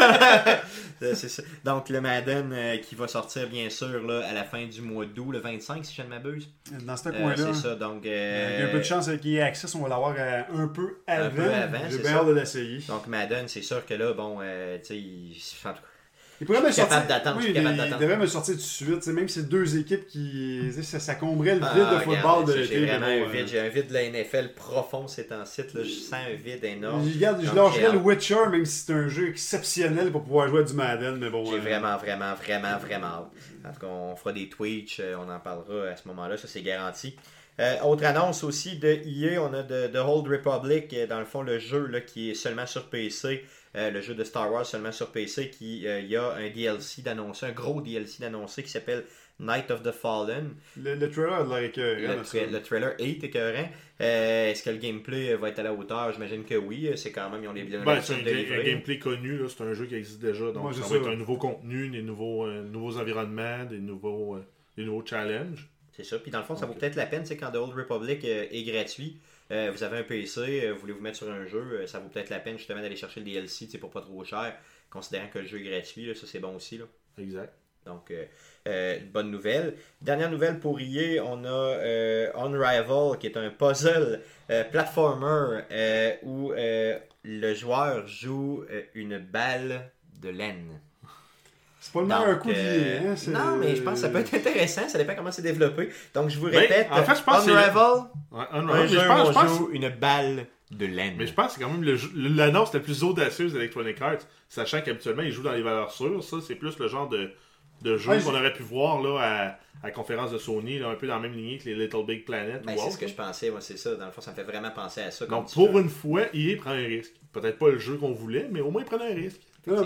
ok. c'est ça. Donc, le Madden euh, qui va sortir, bien sûr, là, à la fin du mois d'août, le vingt-cinq, si je ne m'abuse. Dans ce Euh, coin-là. c'est ça, donc. euh, Avec un peu de chance avec E A Access, on va l'avoir euh, un peu avant. Un peu avant, J'ai c'est bien ça. hâte de l'essayer. Donc, Madden, c'est sûr que là, bon, euh, tu sais, il- en tout cas, Il pourrait me Je suis sortir. capable d'attendre, je Oui, suis capable mais d'attendre. il devrait me sortir tout de suite. Tu sais, même si c'est deux équipes qui. tu sais, Ça, ça comblerait le vide Ah, de football regarde, de j'ai- l'été. J'ai vraiment mais bon, un vide. euh, J'ai un vide de la N F L profond ces temps-ci. Là. Je sens un vide énorme. Je, regarde, je Donc, lâcherais j'ai le hâte. Witcher, même si c'est un jeu exceptionnel pour pouvoir jouer à du Madden. Mais bon. J'ai euh, vraiment, vraiment, vraiment, vraiment hâte. En tout cas, on fera des Twitch, euh, on en parlera à ce moment-là, ça c'est garanti. Euh, autre annonce aussi de E A, on a de, de Old Republic, euh, dans le fond le jeu là, qui est seulement sur P C, euh, le jeu de Star Wars seulement sur P C, qui euh, il y a un D L C d'annoncé, un gros D L C d'annoncé qui s'appelle Night of the Fallen. Le, le trailer a l'air écœurant, Le, ça. tra- le trailer est écœurant. Euh, Est-ce que le gameplay va être à la hauteur? J'imagine que oui. C'est quand même, ils ont les bien Ben, c'est un, ga- un gameplay connu, là. C'est un jeu qui existe déjà. Donc, Ouais, ça c'est va ça. être un nouveau contenu, des nouveaux, euh, nouveaux environnements, des nouveaux, euh, des nouveaux challenges. C'est ça. Puis dans le fond, ça vaut Ok. peut-être la peine, c'est quand The Old Republic euh, est gratuit. euh, vous avez un P C, euh, vous voulez vous mettre sur un jeu, euh, ça vaut peut-être la peine justement d'aller chercher le D L C, tu sais, pour pas trop cher, considérant que le jeu est gratuit, là, ça c'est bon aussi. Là. Exact. Donc, euh, euh, une bonne nouvelle. Dernière nouvelle pour E A, on a euh, Unravel, qui est un puzzle euh, platformer euh, où euh, le joueur joue euh, une balle de laine. C'est pas le meilleur Donc, coup d'I A. euh, Hein, c'est- non, mais je pense que ça peut être intéressant, ça dépend comment c'est développé. Donc, je vous Ben, répète, en fait, je pense que c'est- Unravel, Ouais, un Unravel, mais jeu je pense, où je on pense- joue une balle de laine. mais je pense que c'est quand même le jeu- l'annonce la plus audacieuse d'Electronic Arts, sachant qu'habituellement, ils jouent dans les valeurs sûres. Ça, c'est plus le genre de, de jeu Ouais, qu'on Ah, j'ai- aurait pu voir là, à, à la conférence de Sony, là, un peu dans la même lignée que les Little Big Planet. Ben, ou c'est autre, ce que là. je pensais, moi, c'est ça. Dans le fond, ça me fait vraiment penser à ça. comme Donc, tu pour veux. une fois, E A prend un risque. Peut-être pas le jeu qu'on voulait, mais au moins, il prend un risque. Non,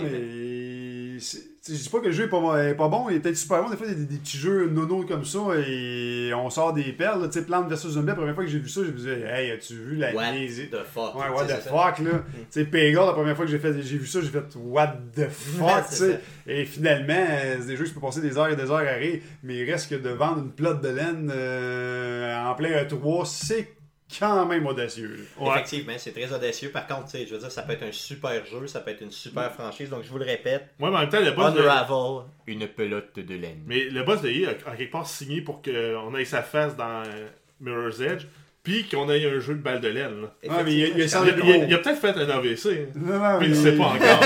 mais. c'est- Je dis pas que le jeu est pas, est pas bon, il est peut-être super bon. Des fois, il y a des, des petits jeux nono comme ça et on sort des perles. Tu sais, Plants versus. Zombie, la première fois que j'ai vu ça, je me disais, hey, as-tu vu la What niaiserie? the fuck. Ouais, tu what sais, the c'est ça. fuck, là. Tu sais, Peggle, la première fois que j'ai fait, j'ai vu ça, j'ai fait, what the fuck, Ouais, tu c'est sais. Et finalement, euh, c'est des jeux que tu peux passer des heures et des heures à rire, mais il reste que de vendre une plotte de laine euh, en plein E trois, c'est quand même audacieux. là. Ouais. Effectivement, c'est très audacieux. Par contre, tu sais, je veux dire, ça peut être un super jeu, ça peut être une super franchise. Donc, je vous le répète, Ouais, mais en même temps, le boss de... Unravel, une pelote de laine. Mais le boss de E A a, a quelque part signé pour qu'on ait sa face dans euh, Mirror's Edge, puis qu'on ait un jeu de balle de laine. Là. Ouais, mais il y a- il y a Effectivement, Il, a- le il a- gros. il a peut-être fait un A V C, hein. Non, non, mais il ne mais- sait pas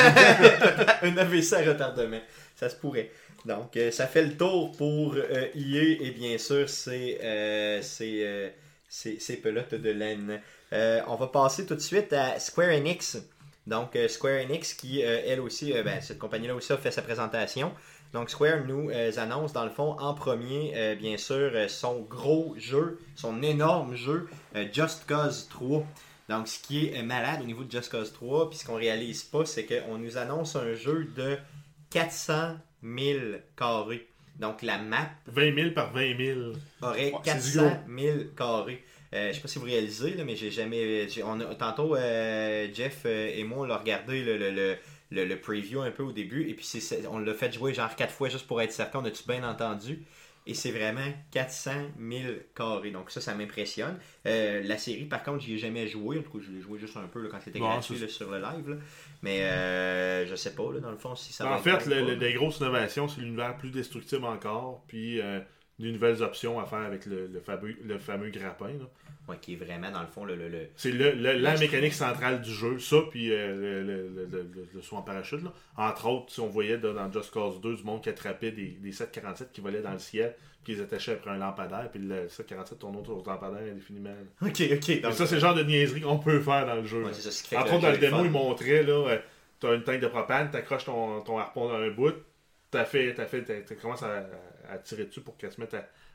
encore. un A V C à retardement. Ça se pourrait. Donc, euh, ça fait le tour pour euh, E A et bien sûr, c'est euh, c'est, euh, c'est- c'est pelotes de laine. Euh, on va passer tout de suite à Square Enix. Donc, euh, Square Enix qui, euh, elle aussi, euh, ben, cette compagnie-là aussi a fait sa présentation. Donc, Square nous euh, annonce dans le fond en premier, euh, bien sûr, euh, son gros jeu, son énorme jeu, euh, Just Cause trois. Donc, ce qui est euh, malade au niveau de Just Cause trois, puis ce qu'on réalise pas, c'est qu'on nous annonce un jeu de quatre cent mille carrés. Donc, la map vingt mille par vingt mille. aurait Ouais, c'est quatre du cent mille carrés. Euh, je sais pas si vous réalisez, là, mais j'ai jamais. j'ai- on a- tantôt, euh, Jeff euh, et moi, on l'a regardé le, le, le, le, le preview un peu au début, et puis c'est, c'est- on l'a fait jouer genre quatre fois juste pour être certain, on a-tu bien entendu? Et c'est vraiment quatre cent mille carrés. Donc ça, ça m'impressionne. Euh, la série, par contre, j'y ai jamais joué. En tout cas, je l'ai joué juste un peu là, quand c'était Bon, gratuit c'est- là, sur le live. Là. Mais euh, je sais pas, là, dans le fond, si ça va En être fait, bon ou le, pas. le- des grosses innovations, c'est l'univers plus destructible encore, puis euh, des nouvelles options à faire avec le, le, fameux, le fameux grappin. Là. Ouais, qui est vraiment, dans le fond, le... le, le... C'est le, le- la Le- mécanique centrale du jeu, ça, puis euh, le, le, le, le- le saut en parachute. Là. Entre autres, si on voyait dans, dans Just Cause deux du monde qui attrapait des, des sept quarante-sept qui volaient dans le ciel, puis ils les attachaient après un lampadaire, puis le sept quarante-sept tournait autour du lampadaire indéfiniment. là. Ok, ok. Mais Donc, ça, c'est le genre de niaiserie qu'on peut faire dans le jeu. ouais, là. c'est ça, ce qui fait que Entre autres, dans jeu le est démo, fun. il montrait, là, euh, t'as une tank de propane, t'accroches ton, ton harpon dans un bout, t'as fait, t'as fait, t'as, t'as commencé à, à tirer dessus pour qu'elle se mette à,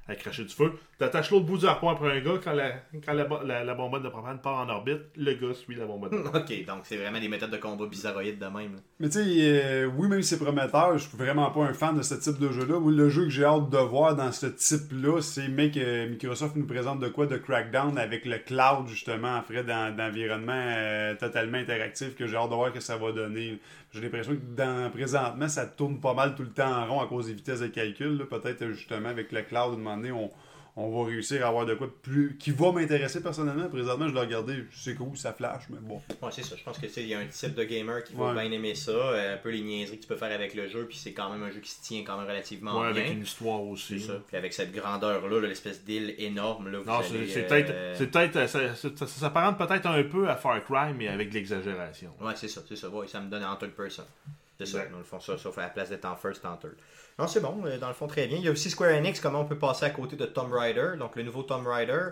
à cracher du feu. T'attaches l'autre bout du harpon après un gars, quand la, quand la, la, la bonbonne de propane part en orbite, le gars suit la bonbonne. Ok, donc c'est vraiment des méthodes de combat bizarroïdes de même. Là. Mais tu sais, euh, oui, même si c'est prometteur, je suis vraiment pas un fan de ce type de jeu-là. Moi, le jeu que j'ai hâte de voir dans ce type-là, c'est mec, euh, Microsoft nous présente de quoi de Crackdown avec le cloud, justement, en fait, dans, d'environnement euh, totalement interactif, que j'ai hâte de voir que ça va donner. J'ai l'impression que dans, présentement, ça tourne pas mal tout le temps en rond à cause des vitesses de calcul. Là. Peut-être justement avec le cloud, à un moment donné, on, on va réussir à avoir de quoi de plus. Qui va m'intéresser personnellement. Présentement, je l'ai regardé, c'est cool, ça flash, mais bon. Ouais, c'est ça. Je pense que il y a un type de gamer qui va Ouais. bien aimer ça. Euh, un peu les niaiseries que tu peux faire avec le jeu, puis c'est quand même un jeu qui se tient quand même relativement Ouais, bien. avec une histoire aussi. C'est ça. Puis avec cette grandeur-là, là, l'espèce d'île énorme, là, vous Non, allez, c'est, c'est euh, peut-être. C'est peut-être ça, ça, ça s'apparente peut-être un peu à Far Cry, mais avec de l'exagération. Ouais, c'est ça, c'est ça. Ouais, ça me donne en third person. C'est ça, Exact. dans le fond, ça, sauf à la place d'être en first, en third. Non, c'est bon, euh, dans le fond, très bien. Il y a aussi Square Enix, comment on peut passer à côté de Tomb Raider, donc le nouveau Tomb Raider,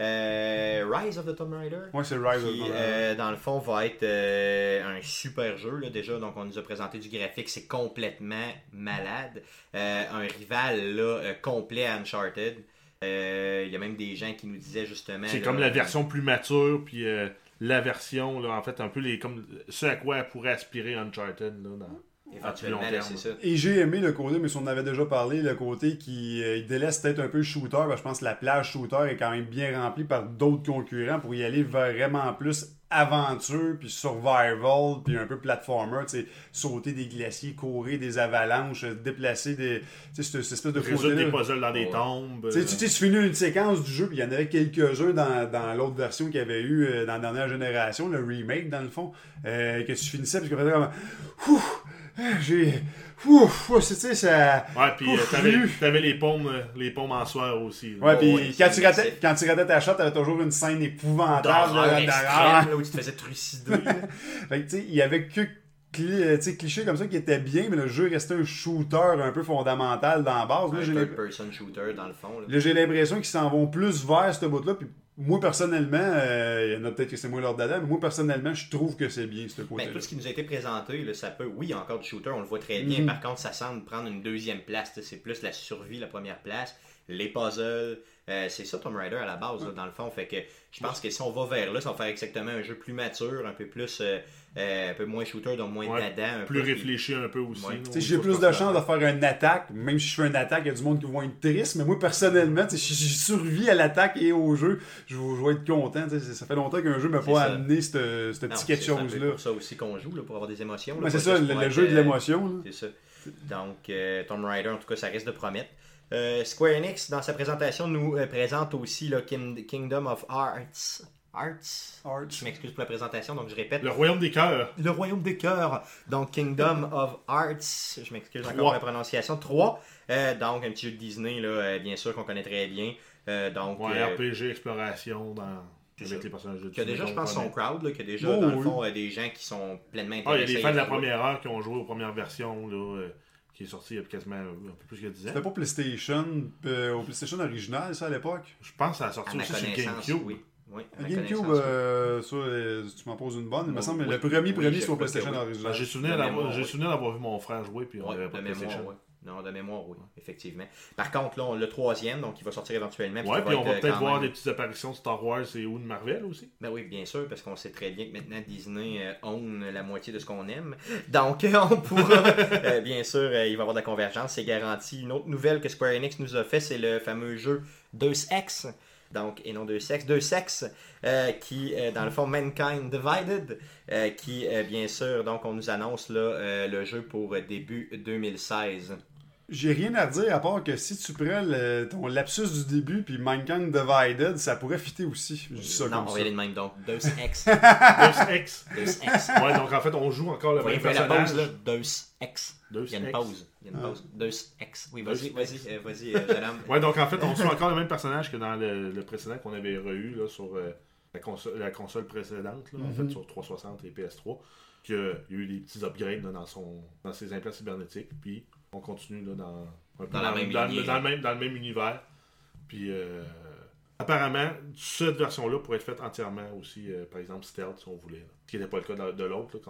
euh, Rise of the Tomb Raider. Moi, c'est Rise Qui, of the euh, dans le fond, va être euh, un super jeu. Là, déjà, donc on nous a présenté du graphique, c'est complètement malade. Euh, un rival là, euh, complet à Uncharted. Euh, Il y a même des gens qui nous disaient justement... C'est là, comme la version plus mature, puis euh, la version, là, en fait, un peu les comme ce à quoi elle pourrait aspirer Uncharted. Là, dans... Éventuellement, à plus là, long c'est terme. ça. Et j'ai aimé le côté, mais si on en avait déjà parlé, le côté qui euh, il délaisse peut-être un peu le shooter. Parce que je pense que la plage shooter est quand même bien remplie par d'autres concurrents pour y aller vraiment plus aventure, puis survival, puis un peu platformer, tu sais, sauter des glaciers, courir des avalanches, déplacer des... Tu sais, cette, cette espèce de Résoudre des côté-là. puzzles dans des Ouais. tombes. Tu sais, tu, tu sais, tu finis une séquence du jeu, puis il y en avait quelques-uns dans, dans l'autre version qu'il y avait eu euh, dans la dernière génération, le remake dans le fond, euh, que tu finissais, puis que tu faisais comme... Ouf, j'ai... Ouf, tu sais, ça... Ouais, puis euh, Ouf, t'avais, vu. t'avais les paumes, euh, les paumes en soir aussi. là. Ouais, puis ouais, quand, c'est tu ratais, massif. quand tu ratais ta shot, t'avais toujours une scène épouvantable. D'horreur là, extrême, d'horreur. là, où tu te faisais trucider. là. Fait que, tu sais, il y avait que cli- euh, tu sais, clichés comme ça qui étaient bien, mais le jeu restait un shooter un peu fondamental dans la base. Là, Un j'ai third l'imp- person shooter, dans le fond. Là. là, j'ai l'impression qu'ils s'en vont plus vers ce bout-là. Puis moi, personnellement, euh, il y en a peut-être que c'est moi leur dada, mais moi, personnellement, je trouve que c'est bien, ce Ben, côté-là. tout ce qui nous a été présenté, là, ça peut, oui, il y a encore du shooter, on le voit très bien. Mhm. Par contre, ça semble prendre une deuxième place. tu sais, C'est plus la survie, la première place. Les puzzles. euh, c'est ça Tomb Raider à la base, là, dans le fond. Fait que je pense que si on va vers là, ça va faire exactement un jeu plus mature, un peu plus. euh, euh, un peu moins shooter, donc moins Ouais, dada. Un Plus peu, réfléchi un peu aussi. Ouais. là, Tu au sais, j'ai niveau plus de personnage. chance de faire une attaque, même si je fais une attaque, il y a du monde qui va être triste, mais moi personnellement, tu sais, si je survis à l'attaque et au jeu, je vais, je vais être content. Tu sais, ça fait longtemps qu'un jeu m'a C'est pas ça. amené ce ce Non, petit c'est quelque c'est un peu chose-là. pour ça aussi qu'on joue, là, pour avoir des émotions. là, Ouais, c'est pas ça, juste le, pour le être, jeu de euh, l'émotion. là. C'est ça. Donc, euh, Tomb Raider, en tout cas, ça risque de promettre. Euh, Square Enix, dans sa présentation, nous euh, présente aussi là, King- Kingdom of Hearts. Hearts. Arch. Je m'excuse pour la présentation, donc je répète. Le royaume des cœurs. Le royaume des cœurs. Donc, Kingdom of Hearts. Je m'excuse encore Trois. pour la prononciation. trois. Euh, donc, un petit jeu de Disney, là, euh, bien sûr, qu'on connaît très bien. Euh, donc, Ouais, euh, R P G, exploration dans... C'est avec ça. les personnages de qui a déjà, Disney je pense, qu'on son connaît. crowd, là, qui a déjà, Oh, dans le oui. fond, euh, des gens qui sont pleinement Ah, il y a intéressés. des fans de la à jouer. première heure qui ont joué aux premières versions, là, euh, qui est sorti il y a quasiment un peu plus que dix ans. C'était pas PlayStation, euh, au PlayStation original, ça, à l'époque? Je pense que ça a À sorti ma aussi sur connaissance, GameCube. oui. Oui, à Le ma GameCube, connaissance, oui. euh, ça, euh, tu m'en poses une bonne, il me Oh, semble, mais oui. le premier, Oui, premier, je c'est au crois que PlayStation oui. original. Ben, j'ai souvenir De d'avoir, mémoire, j'ai oui. souvenir d'avoir vu mon frère jouer, puis on Ouais, n'avait pas de de PlayStation. mémoire, oui. Non, de mémoire, oui, effectivement. Par contre, là, on, le troisième, donc il va sortir éventuellement. Ouais, qui puis on être, va euh, peut-être quand voir même- des petites apparitions de Star Wars et ou de Marvel aussi. Ben oui, bien sûr, parce qu'on sait très bien que maintenant Disney euh, own la moitié de ce qu'on aime. Donc, on pourra, euh, bien sûr, euh, il va y avoir de la convergence, c'est garanti. Une autre nouvelle que Square Enix nous a fait, c'est le fameux jeu Deus Ex. Donc, et non Deus Ex, Deus Ex, euh, qui, euh, dans le fond, Mankind Divided, euh, qui, euh, bien sûr, donc, on nous annonce là, euh, le jeu pour euh, début deux mille seize. J'ai rien à dire à part que si tu prends le- ton lapsus du début puis Mankind Divided, ça pourrait fitter aussi. Je dis ça Non, comme on va ça. y aller de même, donc, Deus Ex. Deus Ex. Deus Ex. Ouais, donc en fait, on joue encore le Vous voyez même la personnage. pause, là, Deus Ex. Deus Il y a une Ex. pause. Il y a une Ah. pause. Deus Ex. Oui, Deus vas-y, Ex. vas-y, euh, vas-y, euh, jeune homme. Ouais, donc en fait, on suit encore le même personnage que dans le, le précédent qu'on avait reçu là, sur euh, la, console, la console précédente, là, en Mhm. fait, sur trois cent soixante et P S trois. Qu'il y a eu des petits upgrades là, dans, son, dans ses implants cybernétiques. Puis on continue là, dans, un peu Dans la même dans, lignée. dans le même, dans le même univers. Puis euh, apparemment, cette version-là pourrait être faite entièrement aussi, euh, par exemple, stealth, si on voulait. là. Ce qui n'était pas le cas de, de l'autre, là, quand on,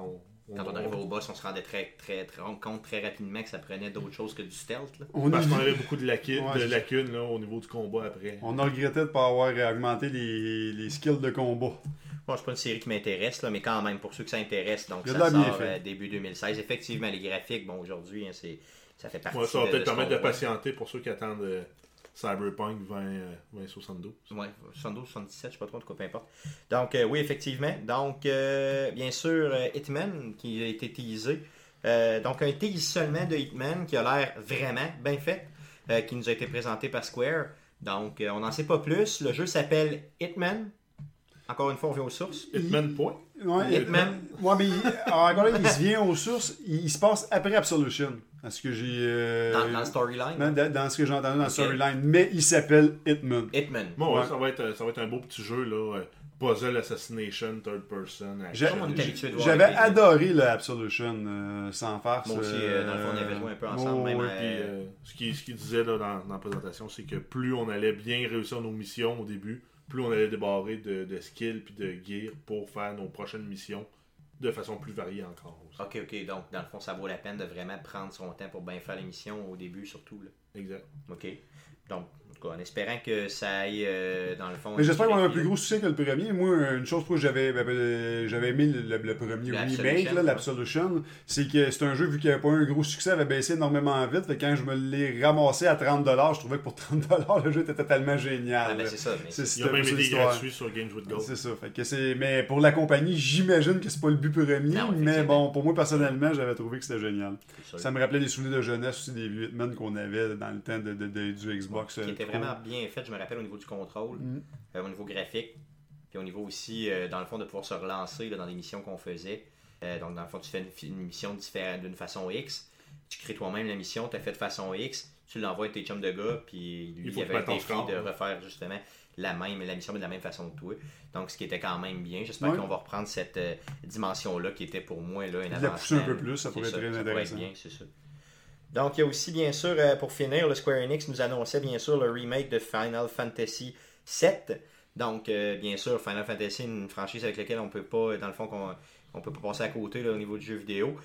Quand on arrivait au boss, on se rendait très, très, très compte très rapidement que ça prenait d'autres choses que du stealth. Là. On Parce a- qu'on avait beaucoup de, lacu- Ouais, de c'est- lacunes là, au niveau du combat après. On a regretté de ne pas avoir augmenté les, les skills de combat. Bon, c'est pas une série qui m'intéresse, là, mais quand même, pour ceux que ça intéresse, donc Il y a ça de la bien sort fait. euh, début deux mille seize. Effectivement, les graphiques, bon, aujourd'hui, hein, c'est, ça fait partie Ouais, ça va de, peut-être de ce permettre qu'on de voit. patienter pour ceux qui attendent euh, Cyberpunk vingt, euh, vingt soixante-douze. Ouais, soixante-douze, soixante-dix-sept, je sais pas trop, en tout cas, peu importe. Donc, euh, oui, effectivement. Donc, euh, bien sûr, euh, Hitman, qui a été teasé. Euh, donc, un tease seulement de Hitman qui a l'air vraiment bien fait, euh, qui nous a été présenté par Square. Donc, euh, on n'en sait pas plus. Le jeu s'appelle Hitman. Encore une fois, on vient aux sources. Hitman point. Ouais, Hitman. Ouais, mais il, alors, encore là, il se vient aux sources. Il, il se passe après Absolution. À ce que j'ai. euh, Dans, dans le storyline. dans, dans- dans ce que j'ai entendu dans le Ok. storyline. Mais il s'appelle Hitman. Hitman. Bon, ouais, Ouais. ça, va être, ça va être un beau petit jeu, là. euh, Puzzle Assassination, third person, J'ai- action. Comme on est habitué de voir J'avais avec les- adoré le Absolution, euh, sans farce. Moi aussi, euh, dans le fond, on avait joué un peu ensemble, même ouais. à- Puis, euh, ce qu'il ce qu'il disait là, dans, dans la présentation, c'est que plus on allait bien réussir nos missions au début, plus on allait débarrer de, de skills puis de gear pour faire nos prochaines missions de façon plus variée encore. Aussi. Ok, ok. Donc, dans le fond, ça vaut la peine de vraiment prendre son temps pour bien faire l'émission au début, surtout. Là. Exact. Ok. Donc, en tout cas, en espérant que ça aille euh, dans le fond. Mais j'espère qu'on a un plus plus gros succès que le premier. Moi, une chose que j'avais ben, ben, j'avais aimé le, le- le premier L'Absolution, remake, là, ouais. l'Absolution, c'est que c'est un jeu, vu qu'il n'avait pas eu un gros succès, avait baissé énormément vite. Fait que quand je me l'ai ramassé à trente dollars, je trouvais que pour trente dollars, le jeu était totalement génial. Ah, ben c'est ça. Mais C'est- c'est- Il a même un peu été l'histoire. gratuit sur Games with Gold. C'est ça. Fait que c'est... Mais pour la compagnie, j'imagine que c'est pas le but premier. Non, mais effectivement. bon, pour moi, personnellement, j'avais trouvé que c'était génial. c'est sûr. Ça me rappelait des souvenirs de jeunesse aussi des vieux Hitman qu'on avait dans le temps de, de- de- du Xbox. Qui euh, était Pro. vraiment bien fait, je me rappelle, au niveau du contrôle, Mm. euh, au niveau graphique, puis au niveau aussi, euh, dans le fond, de pouvoir se relancer là, dans des missions qu'on faisait. Euh, donc, dans le fond, tu fais une, une mission différente d'une façon X, tu crées toi-même la mission, tu as fait de façon X, tu l'envoies à tes chums de gars, puis lui, Il faut il avait que tu été fasses free ton de score, refaire justement la même la mission, mais de la même façon que toi. Donc, ce qui était quand même bien. J'espère Ouais. qu'on va reprendre cette euh, dimension-là qui était pour moi là, une Puis la pousser un avancement. peu plus, ça C'est pourrait être très ça pourrait intéressant. bien, c'est ça. Donc, il y a aussi, bien sûr, euh, pour finir, le Square Enix nous annonçait, bien sûr, le remake de Final Fantasy sept. Donc, euh, bien sûr, Final Fantasy, une franchise avec laquelle on peut pas, dans le fond, qu'on on peut pas passer à côté là, au niveau du jeu vidéo.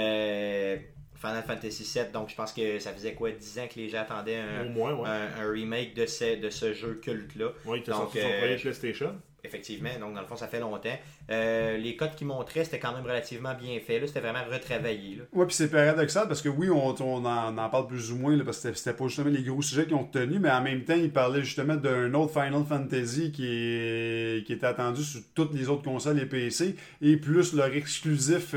Euh, Final Fantasy sept, donc je pense que ça faisait quoi, dix ans que les gens attendaient un, Au moins, ouais. un, un remake de ce, de ce jeu culte-là. Ouais, il était Donc, sorti sur euh, premier PlayStation. Effectivement, donc dans le fond, ça fait longtemps. Euh, les codes qu'ils montraient, c'était quand même relativement bien fait. là. C'était vraiment retravaillé. Là. Ouais, puis c'est paradoxal parce que oui, on, on, en, on en parle plus ou moins là, parce que c'était- c'était pas justement les gros sujets qu'ils ont tenus, mais en même temps, ils parlaient justement d'un autre Final Fantasy qui, est, qui était attendu sur toutes les autres consoles et P C, et plus leur exclusif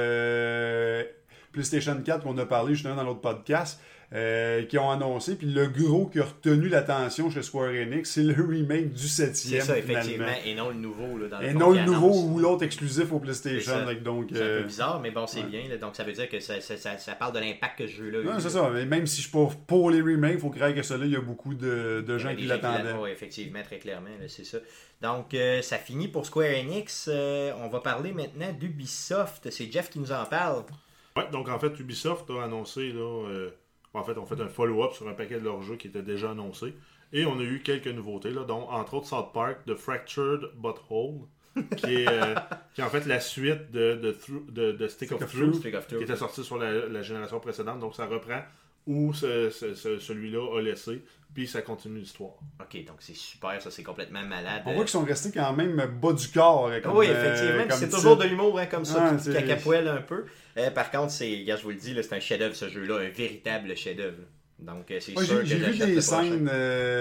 euh, PlayStation quatre qu'on a parlé justement dans l'autre podcast. Euh, qui ont annoncé, puis le gros qui a retenu l'attention chez Square Enix, c'est le remake du C'est septième ça, finalement. effectivement, et non le nouveau. Là, dans le Et fond, non qui le nouveau annonce. ou l'autre exclusif au C'est PlayStation. ça. Like, donc, C'est un euh, peu bizarre, mais bon, c'est ouais. bien. là. Donc, ça veut dire que ça, ça, ça, ça parle de l'impact que ce jeu-là a eu. Non, là. c'est ça. Mais même si je suis pas pour les remakes, il faut croire que celui-là, il y a beaucoup de, de Il y gens avait qui des gens l'attendaient. l'attendaient, ouais, effectivement, très clairement, là, c'est ça. Donc, euh, ça finit pour Square Enix. Euh, on va parler maintenant d'Ubisoft. C'est Jeff qui nous en parle. Ouais, donc en fait, Ubisoft a annoncé, là, euh, en fait, on fait un follow-up sur un paquet de leurs jeux qui étaient déjà annoncés. Et on a eu quelques nouveautés, là, dont entre autres South Park, The Fractured Butthole, qui est, euh, qui est en fait la suite de, de, Thru- de, de Stick, of, of Truth, Stick of qui Truth. était sorti sur la, la génération précédente. Donc ça reprend où ce- ce- ce- celui-là a laissé, puis ça continue l'histoire. Ok, donc c'est super, ça, c'est complètement malade. On voit qu'ils sont restés quand même bas du corps. euh, Comme, oui, euh, effectivement, puis comme c'est titre. toujours de l'humour hein, comme ça, Ouais, qui c'est- cacapoile un peu. Euh, par contre, c'est, gars, je vous le dis, là, c'est un chef-d'œuvre ce jeu-là, un véritable chef-d'œuvre. Donc, euh, c'est Ouais, sûr j'ai que j'ai vu j'achète des le prochain. scènes.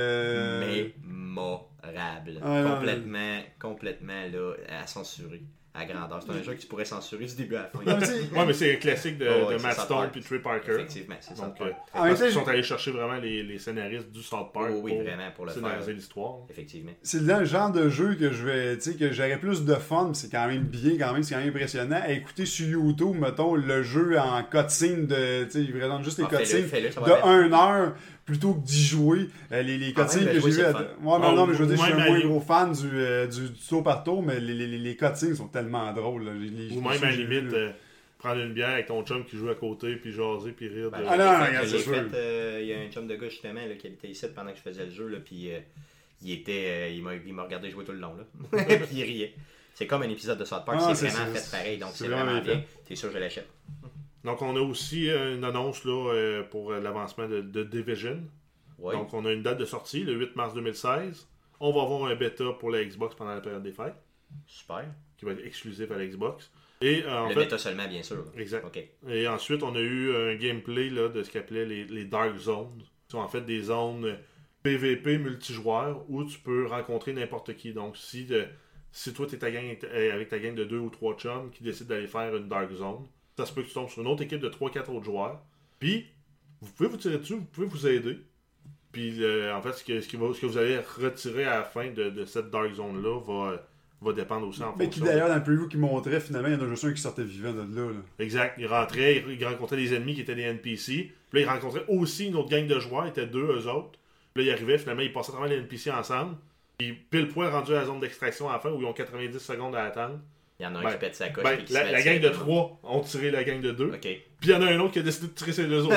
euh, Mémorable. Ouais, non, complètement, complètement là, à censurer. À grandeur. C'est un jeu que tu pourrais censurer du début à la fin. Non, mais tu sais, Ouais, mais c'est un classique de, Oh, ouais, de c'est Matt South Stone Park. puis Trey Parker. Effectivement, c'est ça. Donc, euh, En même parce temps, qu'ils sont j'ai- allés chercher vraiment les, les scénaristes du South Park Oh oui, pour vraiment, pour le scénariser faire. l'histoire. Effectivement. c'est le genre de jeu que je vais, tu sais, que j'aurais plus de fun, c'est quand même bien, quand même, c'est quand même impressionnant. À écouter sur YouTube, mettons, le jeu en cutscene de, tu sais, il présente juste les Ah, fais-le, cutscenes fais-le, ça va de bien. une heure, plutôt que d'y jouer. Euh, les les Ah, cutscenes même, que jouer, j'ai vues, c'est à- le ouais, mais Ah, non, mais je veux ou dire, je suis même un moins aller- gros fan du, euh, du, du tour par tour, mais les, les, les cutscenes sont tellement drôles. Là. Les- les- Ou les même jeux à la que j'ai vus, limite, là. euh, prendre une bière avec ton chum qui joue à côté, puis jaser, puis rire. Ben, de... Ah non, j'ai fait- regarde, j'ai c'est sûr. fait, euh, il y a un chum de gars justement là, qui habitait ici pendant que je faisais le jeu, là, puis euh, il était, euh, il m'a il m'a regardé jouer tout le long, là. Puis il riait. C'est comme un épisode de South Park, Ah, c'est c'est vraiment ça. fait pareil, donc C'est c'est vraiment vraiment bien bien. T'es sûr que je l'achète. Donc, on a aussi euh, une annonce là, euh, pour euh, l'avancement de, de Division. Ouais. Donc, on a une date de sortie, le huit mars deux mille seize. On va avoir un bêta pour la Xbox pendant la période des fêtes, Super. qui va être exclusif à la Xbox. Et euh, en Le fait, bêta seulement, bien sûr. exact. OK. Et ensuite, on a eu un gameplay là, de ce qu'on appelait les, les Dark Zones. Ce sont en fait des zones P V P multijoueurs où tu peux rencontrer n'importe qui. Donc, si, de, si toi, tu es ta gang, avec ta gang de deux ou trois chums qui décident d'aller faire une Dark Zone, ça se peut que tu tombes sur une autre équipe de trois quatre autres joueurs. Puis, vous pouvez vous tirer dessus, vous pouvez vous aider. Puis, euh, en fait, ce que, ce, qui va, ce que vous allez retirer à la fin de, de cette Dark Zone-là va, va dépendre aussi en Mais qui fonction. d'ailleurs, dans le preview qui montrait, finalement, il y en a juste un qui sortait vivant de là. là. Exact. Il rentrait, il rencontrait des ennemis qui étaient des N P C. Puis là, il rencontrait aussi une autre gang de joueurs, il était deux, eux autres. Puis là, il arrivait, finalement, ils passaient à travers les N P C ensemble. Puis pile poil rendu à la zone d'extraction à la fin où ils ont quatre-vingt-dix secondes à attendre. Il y en a un Ben, qui pète sa coche. Ben, puis qui la, se met la dessus. gang de trois ont tiré la gang de deux. OK. Puis il y en a un autre qui a décidé de tirer ses deux autres.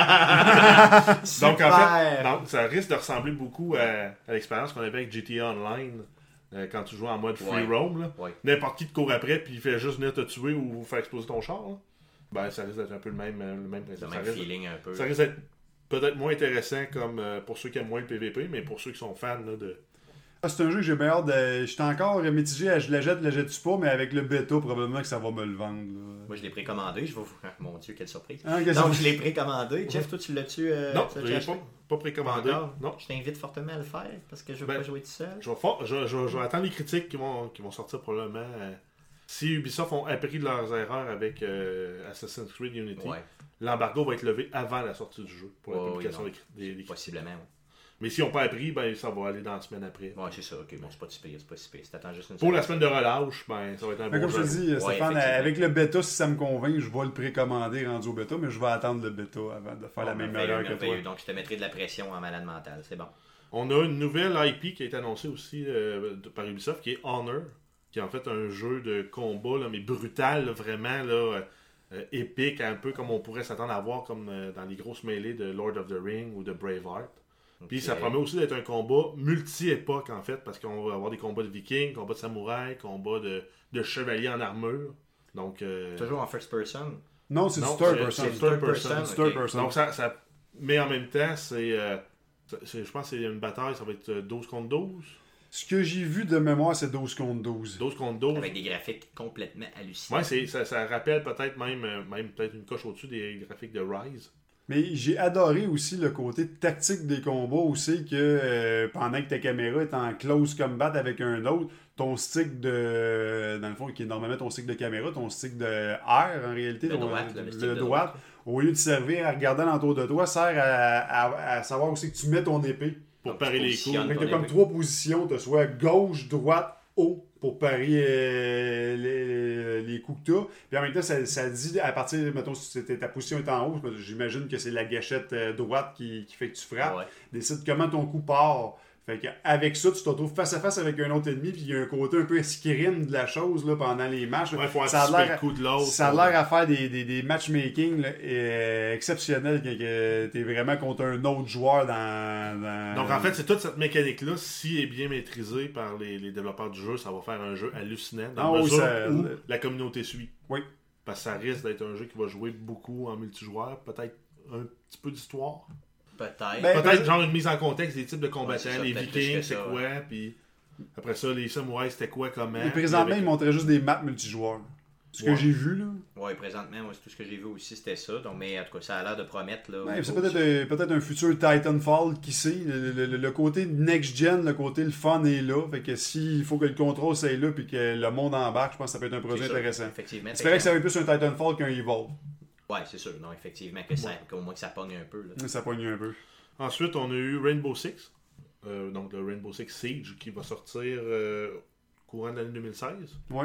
Donc en fait, non, ça risque de ressembler beaucoup à, à l'expérience qu'on avait avec G T A Online. Euh, quand tu joues en mode free Ouais. roam, là. Ouais. N'importe qui te court après puis il fait juste venir te tuer ou faire exploser ton char. Là. Ben ça risque d'être un peu le même, le même principe. Le Ça même risque, feeling un peu. ça risque d'être peut-être moins intéressant comme euh, pour ceux qui aiment moins le P V P, mais pour ceux qui sont fans là, de. Ah, c'est un jeu que j'ai bien hâte de... J'étais encore mitigé à je la jette, je la jette-tu pas, mais avec le bêta, probablement que ça va me le vendre. Là. Moi, je l'ai précommandé. Je vais vous... Ah, mon Dieu, quelle surprise. Ah, qu'est-ce Donc, que- je l'ai précommandé. Jeff, toi, tu l'as-tu euh, non, tu je l'as l'ai acheté? pas, pas précommandé. Encore? Non. Je t'invite fortement à le faire parce que je veux Ben, pas jouer tout seul. Je vais, fa- je, je- je vais attendre les critiques qui vont, qui vont sortir probablement. euh, si Ubisoft ont appris de leurs erreurs avec euh, Assassin's Creed Unity, Ouais, l'embargo va être levé avant la sortie du jeu pour la Ouais, publication oui, des, cri- des- des critiques. possiblement. Ouais, Mais s'ils n'ont pas appris, ben, ça va aller dans la semaine après. ouais c'est ça. Ok, bon, c'est pas si pire, c'est pas si pire. Si t'attends juste une Pour la semaine. semaine de relâche, ben, ça va être un Mais bon comme je te jeu. dis, Stéphane, effectivement. avec le bêta, si ça me convainc, je vais le précommander rendu au bêta, mais je vais attendre le bêta avant de faire la Bon, même merveilleux, erreur que toi. merveilleux. Donc, je te mettrai de la pression en malade mental. C'est bon. On a une nouvelle I P qui a été annoncée aussi euh, de- par Ubisoft, qui est Honor, qui est en fait un jeu de combat, là, mais brutal, là, vraiment là, euh, euh, épique, un peu comme on pourrait s'attendre à voir comme euh, dans les grosses mêlées de Lord of the Ring ou de Braveheart. Puis Ok. ça promet aussi d'être un combat multi-époque en fait, parce qu'on va avoir des combats de vikings, combats de samouraïs, combats de, de chevaliers en armure. Donc, euh, Toujours en first person. Non, c'est du Non, third c'est- person. c'est third person. C'est du ok. third person. donc ça, ça- mais en même temps, c'est, euh, c'est- je pense que c'est une bataille, ça va être douze contre douze. Ce que j'ai vu de mémoire, c'est douze contre douze. douze contre douze. Avec des graphiques complètement hallucinants. Ouais, c'est, ça, ça rappelle peut-être même, euh, même peut-être une coche au-dessus des graphiques de Rise. Mais j'ai adoré aussi le côté tactique des combats aussi, que euh, pendant que ta caméra est en close combat avec un autre, ton stick de... Dans le fond, qui est normalement ton stick de caméra, ton stick de R en réalité, Le ton- droite, là, le le, stick de droite, droite. au lieu de servir à regarder l'entour de toi, sert à, à- à savoir aussi que tu mets ton épée. Pour Donc, parer tu les coups. positionnes Fait que ton t'as comme épée. trois positions, t'as soit gauche, droite, haut pour parier euh, les, les coups que t'as. Puis en même temps, ça, ça dit à partir, mettons, si c'était- ta position est en haut, j'imagine que c'est la gâchette euh, droite qui, qui fait que tu frappes. Ouais. Décide comment ton coup part. Fait que avec ça, tu te retrouves face à face avec un autre ennemi, puis il y a un côté un peu escrime de la chose là, pendant les matchs. là. Ouais, faut ça a anticiper l'air le coup de l'autre. ça a l'air à faire des, des, des matchmaking là, euh, exceptionnels quand que t'es vraiment contre un autre joueur dans. dans- Donc en fait, c'est toute cette mécanique-là, si elle est bien maîtrisée par les, les développeurs du jeu, ça va faire un jeu hallucinant. Dans Ah la oui, mesure ça- où la communauté suit. Oui. Parce que ça risque d'être un jeu qui va jouer beaucoup en multijoueur, peut-être un petit peu d'histoire. Peut-être. Ben, Peut-être genre une mise en contexte des types de Ouais, combattants, c'est ça, les peut-être plus vikings, que c'est ça, quoi, puis après ça, les samouraïs, c'était quoi, comment. Mais présentement, Puis avec- ils montraient juste des maps multijoueurs. Ce que Ouais. j'ai vu, là. Ouais, présentement, moi, c'est tout ce que j'ai vu aussi, c'était ça. Donc, mais en tout cas, ça a l'air de promettre. Là, Ouais, au c'est niveau peut-être du- un, peut-être un futur Titanfall, qui sait. Le, le- le- le côté next-gen, le côté le fun est là. Fait que s'il faut que le contrôle soit là puis que le monde embarque, je pense que ça peut être un projet C'est sûr, intéressant. Effectivement. J'espérais que ça avait plus un Titanfall qu'un Evolve. Ouais, c'est sûr. Non, effectivement, que ça, qu'au moins que ça pogne un peu. Là. Mais ça pogne un peu. Ensuite, on a eu Rainbow Six, euh, donc le Rainbow Six Siege, qui va sortir euh, courant de l'année deux mille seize. Ouais.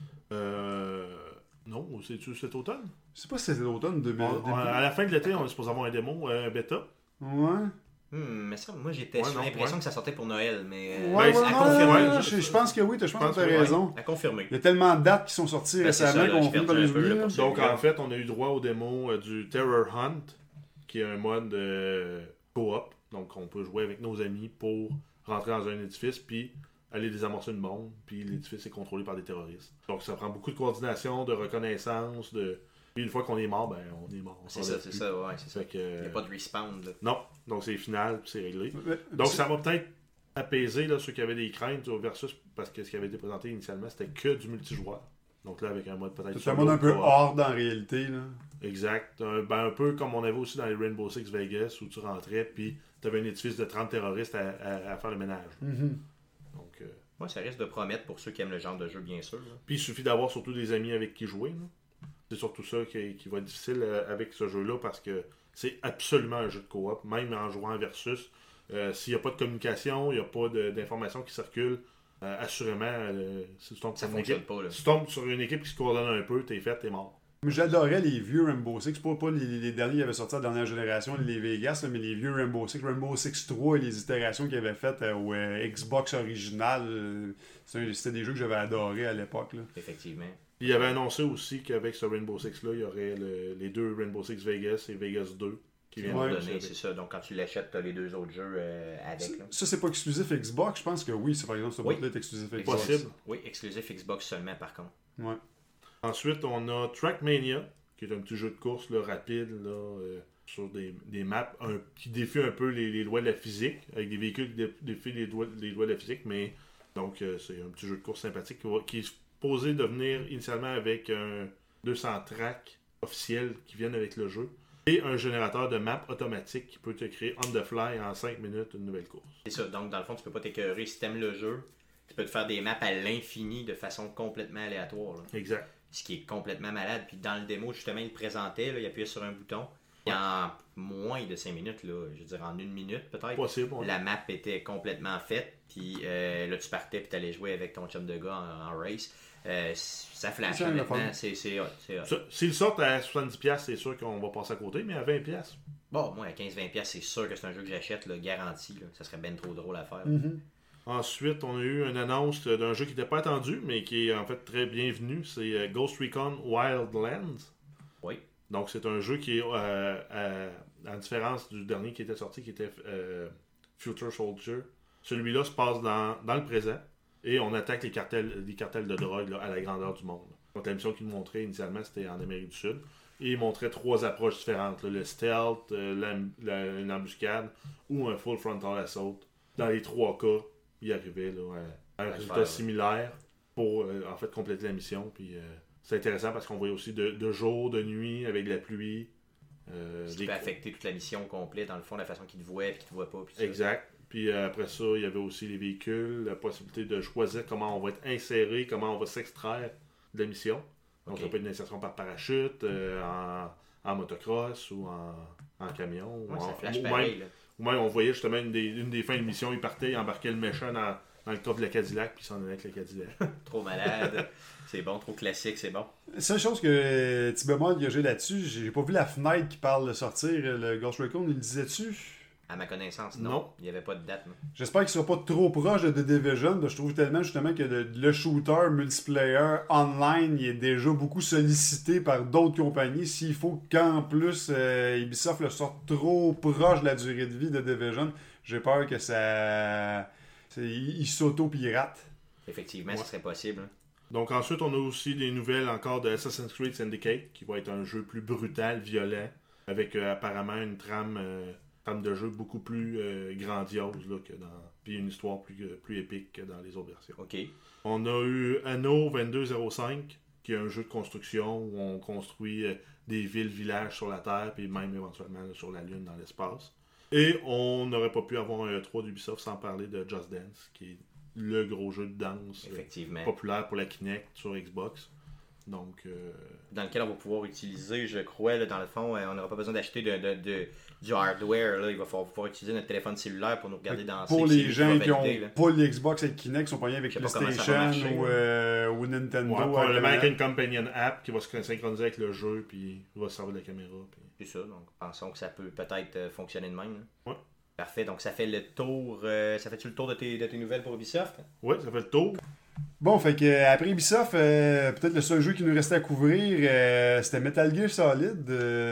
Euh, non, c'est-tu cet automne? Je sais pas si c'était l'automne de On- on- à la fin de l'été, on est supposé avoir un démo, euh, un bêta. Ouais. Hmm, mais ça, moi, j'étais Ouais, sur non, l'impression ouais. que ça sortait pour Noël. Mais euh, Ouais, Ben, ouais, à non, confirmer. non, non, je- je, je pense que oui, je pense pense que tu as que oui. raison. À confirmer. Il y a tellement de dates qui sont sorties Ben, c'est récemment ça, là, qu'on je finit perds par un les peu, là, oublier. pour là. ça. Donc, Celui-là. en fait, on a eu droit au démo euh, du Terror Hunt, qui est un mode euh, co-op. Donc, on peut jouer avec nos amis pour rentrer dans un édifice puis aller désamorcer une bombe, puis l'édifice est contrôlé par des terroristes. Donc ça prend beaucoup de coordination, de reconnaissance, de... Puis une fois qu'on est mort, ben on est mort. On c'est ça, c'est plus. ça, ouais, c'est ça. Que... Il n'y a pas de respawn, là. Non, donc c'est final, puis c'est réglé. Mais, donc c'est... ça va peut-être apaiser là, ceux qui avaient des craintes versus parce que ce qui avait été présenté initialement, c'était que du multijoueur. Donc là, avec un mode peut-être... C'est un mode un peu hard en réalité, là. Exact. Un, ben, un peu comme on avait aussi dans les Rainbow Six Vegas, où tu rentrais, puis tu avais un édifice de trente terroristes à, à, à faire le ménage. Mm-hmm. Donc, euh... ouais, ça risque de promettre pour ceux qui aiment le genre de jeu, bien sûr. Là. Puis il suffit d'avoir surtout des amis avec qui jouer. Là. C'est surtout ça qui, qui va être difficile avec ce jeu-là, parce que c'est absolument un jeu de coop, même en jouant en versus. Euh, s'il n'y a pas de communication, il n'y a pas de, d'informations qui circulent, euh, assurément, euh, si tu tombes ça sur une équipe, pas, là. si tu tombes sur une équipe qui se coordonne un peu, t'es fait, t'es mort. J'adorais les vieux Rainbow Six, pas, pas les, les derniers qui avaient sorti à la dernière génération, les Vegas, là, mais les vieux Rainbow Six, Rainbow Six trois et les itérations qu'ils avaient faites euh, au euh, Xbox original. Euh, c'était des jeux que j'avais adorés à l'époque. Là. Effectivement. Il y avait annoncé aussi qu'avec ce Rainbow Six-là, il y aurait le, les deux Rainbow Six Vegas et Vegas deux qui viennent ouais, de donner. C'est ça. Donc quand tu l'achètes, tu as les deux autres jeux euh, avec. Là. Ça, c'est pas exclusif Xbox. Je pense que oui, c'est par exemple ce oui. bout-là est exclusif Xbox. Possible. Oui, exclusif Xbox seulement par contre. Ouais. Ensuite, on a Trackmania, qui est un petit jeu de course là, rapide là, euh, sur des, des maps un, qui défie un peu les, les lois de la physique, avec des véhicules qui dé, défient les lois, les lois de la physique, mais donc euh, c'est un petit jeu de course sympathique qui, va, qui est supposé devenir initialement avec un deux cents tracks officiels qui viennent avec le jeu et un générateur de map automatique qui peut te créer on the fly en cinq minutes une nouvelle course. C'est ça, donc dans le fond tu peux pas t'écœurer si t'aimes le jeu, tu peux te faire des maps à l'infini de façon complètement aléatoire. Là. Exact. Ce qui est complètement malade. Puis dans le démo, justement, il présentait, là, il appuyait sur un bouton. Et en moins de cinq minutes, là, je veux dire en une minute peut-être, Possible, ouais. la map était complètement faite. Puis euh, là, tu partais puis tu allais jouer avec ton chum de gars en, en race. Euh, ça flash c'est là, maintenant. C'est, c'est hot. C'est hot. S'ils sortent à soixante-dix dollars, c'est sûr qu'on va passer à côté, mais à vingt dollars. Bon, moi, à quinze vingt dollars, c'est sûr que c'est un jeu que j'achète, là, garanti. Là. Ça serait ben trop drôle à faire. Mm-hmm. Ensuite, on a eu une annonce d'un jeu qui n'était pas attendu, mais qui est en fait très bienvenu. C'est Ghost Recon Wildlands. Oui. Donc, c'est un jeu qui est, euh, euh, en différence du dernier qui était sorti, qui était euh, Future Soldier. Celui-là se passe dans, dans le présent et on attaque les cartels, les cartels de drogue là, à la grandeur du monde. Donc, la mission qu'il montrait initialement, c'était en Amérique du Sud. Et il montrait trois approches différentes. Là, le stealth, euh, la, la, une embuscade ou un full frontal assault. Dans les trois cas, il arrivait là, à un à résultat faire, similaire pour euh, en fait compléter la mission. Puis euh, c'est intéressant parce qu'on voyait aussi de, de jour, de nuit, avec de la pluie. Euh, Ce qui peut affecter toute la mission complète, dans le fond, la façon qu'ils te voient et qu'ils te voient pas. Puis exact. Puis euh, après ça, il y avait aussi les véhicules, la possibilité de choisir comment on va être inséré, comment on va s'extraire de la mission. Donc okay. ça peut être une insertion par parachute, euh, en, en motocross ou en, en camion. Ouais, ou ça en, flash ou pareil, même, là. Ou même on voyait justement une des, une des fins de mission, il partait, il embarquait le méchant dans, dans le coffre de la Cadillac, puis il s'en allait avec la Cadillac. Trop malade. C'est bon, trop classique, c'est bon. La seule chose que petit bémol que j'ai là-dessus, j'ai pas vu la fenêtre qui parle de sortir, le Ghost Recon, il le disait-tu? À ma connaissance, non. Non. Il n'y avait pas de date. Non. J'espère qu'il sera pas trop proche de The Division. Je trouve tellement justement que le, le shooter multiplayer online il est déjà beaucoup sollicité par d'autres compagnies. S'il faut qu'en plus euh, Ubisoft le sorte trop proche de la durée de vie de The Division, j'ai peur que ça... il, il s'auto-pirate. Effectivement, ouais. ce serait possible. Donc ensuite, on a aussi des nouvelles encore de Assassin's Creed Syndicate, qui va être un jeu plus brutal, violent, avec euh, apparemment une trame... Euh, trame de jeu beaucoup plus euh, grandiose là, que dans. Puis une histoire plus, euh, plus épique que dans les autres versions. OK. On a eu Anno vingt-deux zéro cinq, qui est un jeu de construction où on construit euh, des villes, villages sur la Terre, puis même éventuellement là, sur la Lune, dans l'espace. Et on n'aurait pas pu avoir un E trois d'Ubisoft sans parler de Just Dance, qui est le gros jeu de danse Effectivement. Euh, populaire pour la Kinect sur Xbox. Donc, euh... dans lequel on va pouvoir utiliser, je crois, là, dans le fond, euh, on n'aura pas besoin d'acheter de, de, de, du hardware. Là. Il va falloir pouvoir utiliser notre téléphone cellulaire pour nous regarder danser. Pour les gens qui ont validé, pas l'Xbox avec Kinect, qui sont pas liés avec PlayStation marcher, ou, euh, ou Nintendo. Ouais, probablement avec une companion app qui va se synchroniser avec le jeu puis va se servir de la caméra. Puis... C'est ça, donc pensons que ça peut peut-être euh, fonctionner de même. Ouais. Parfait, donc ça fait le tour, euh, ça fait-tu le tour de tes, de tes nouvelles pour Ubisoft? Oui, ça fait le tour. Bon, fait que euh, après Ubisoft, euh, peut-être le seul jeu qui nous restait à couvrir, euh, c'était Metal Gear Solid.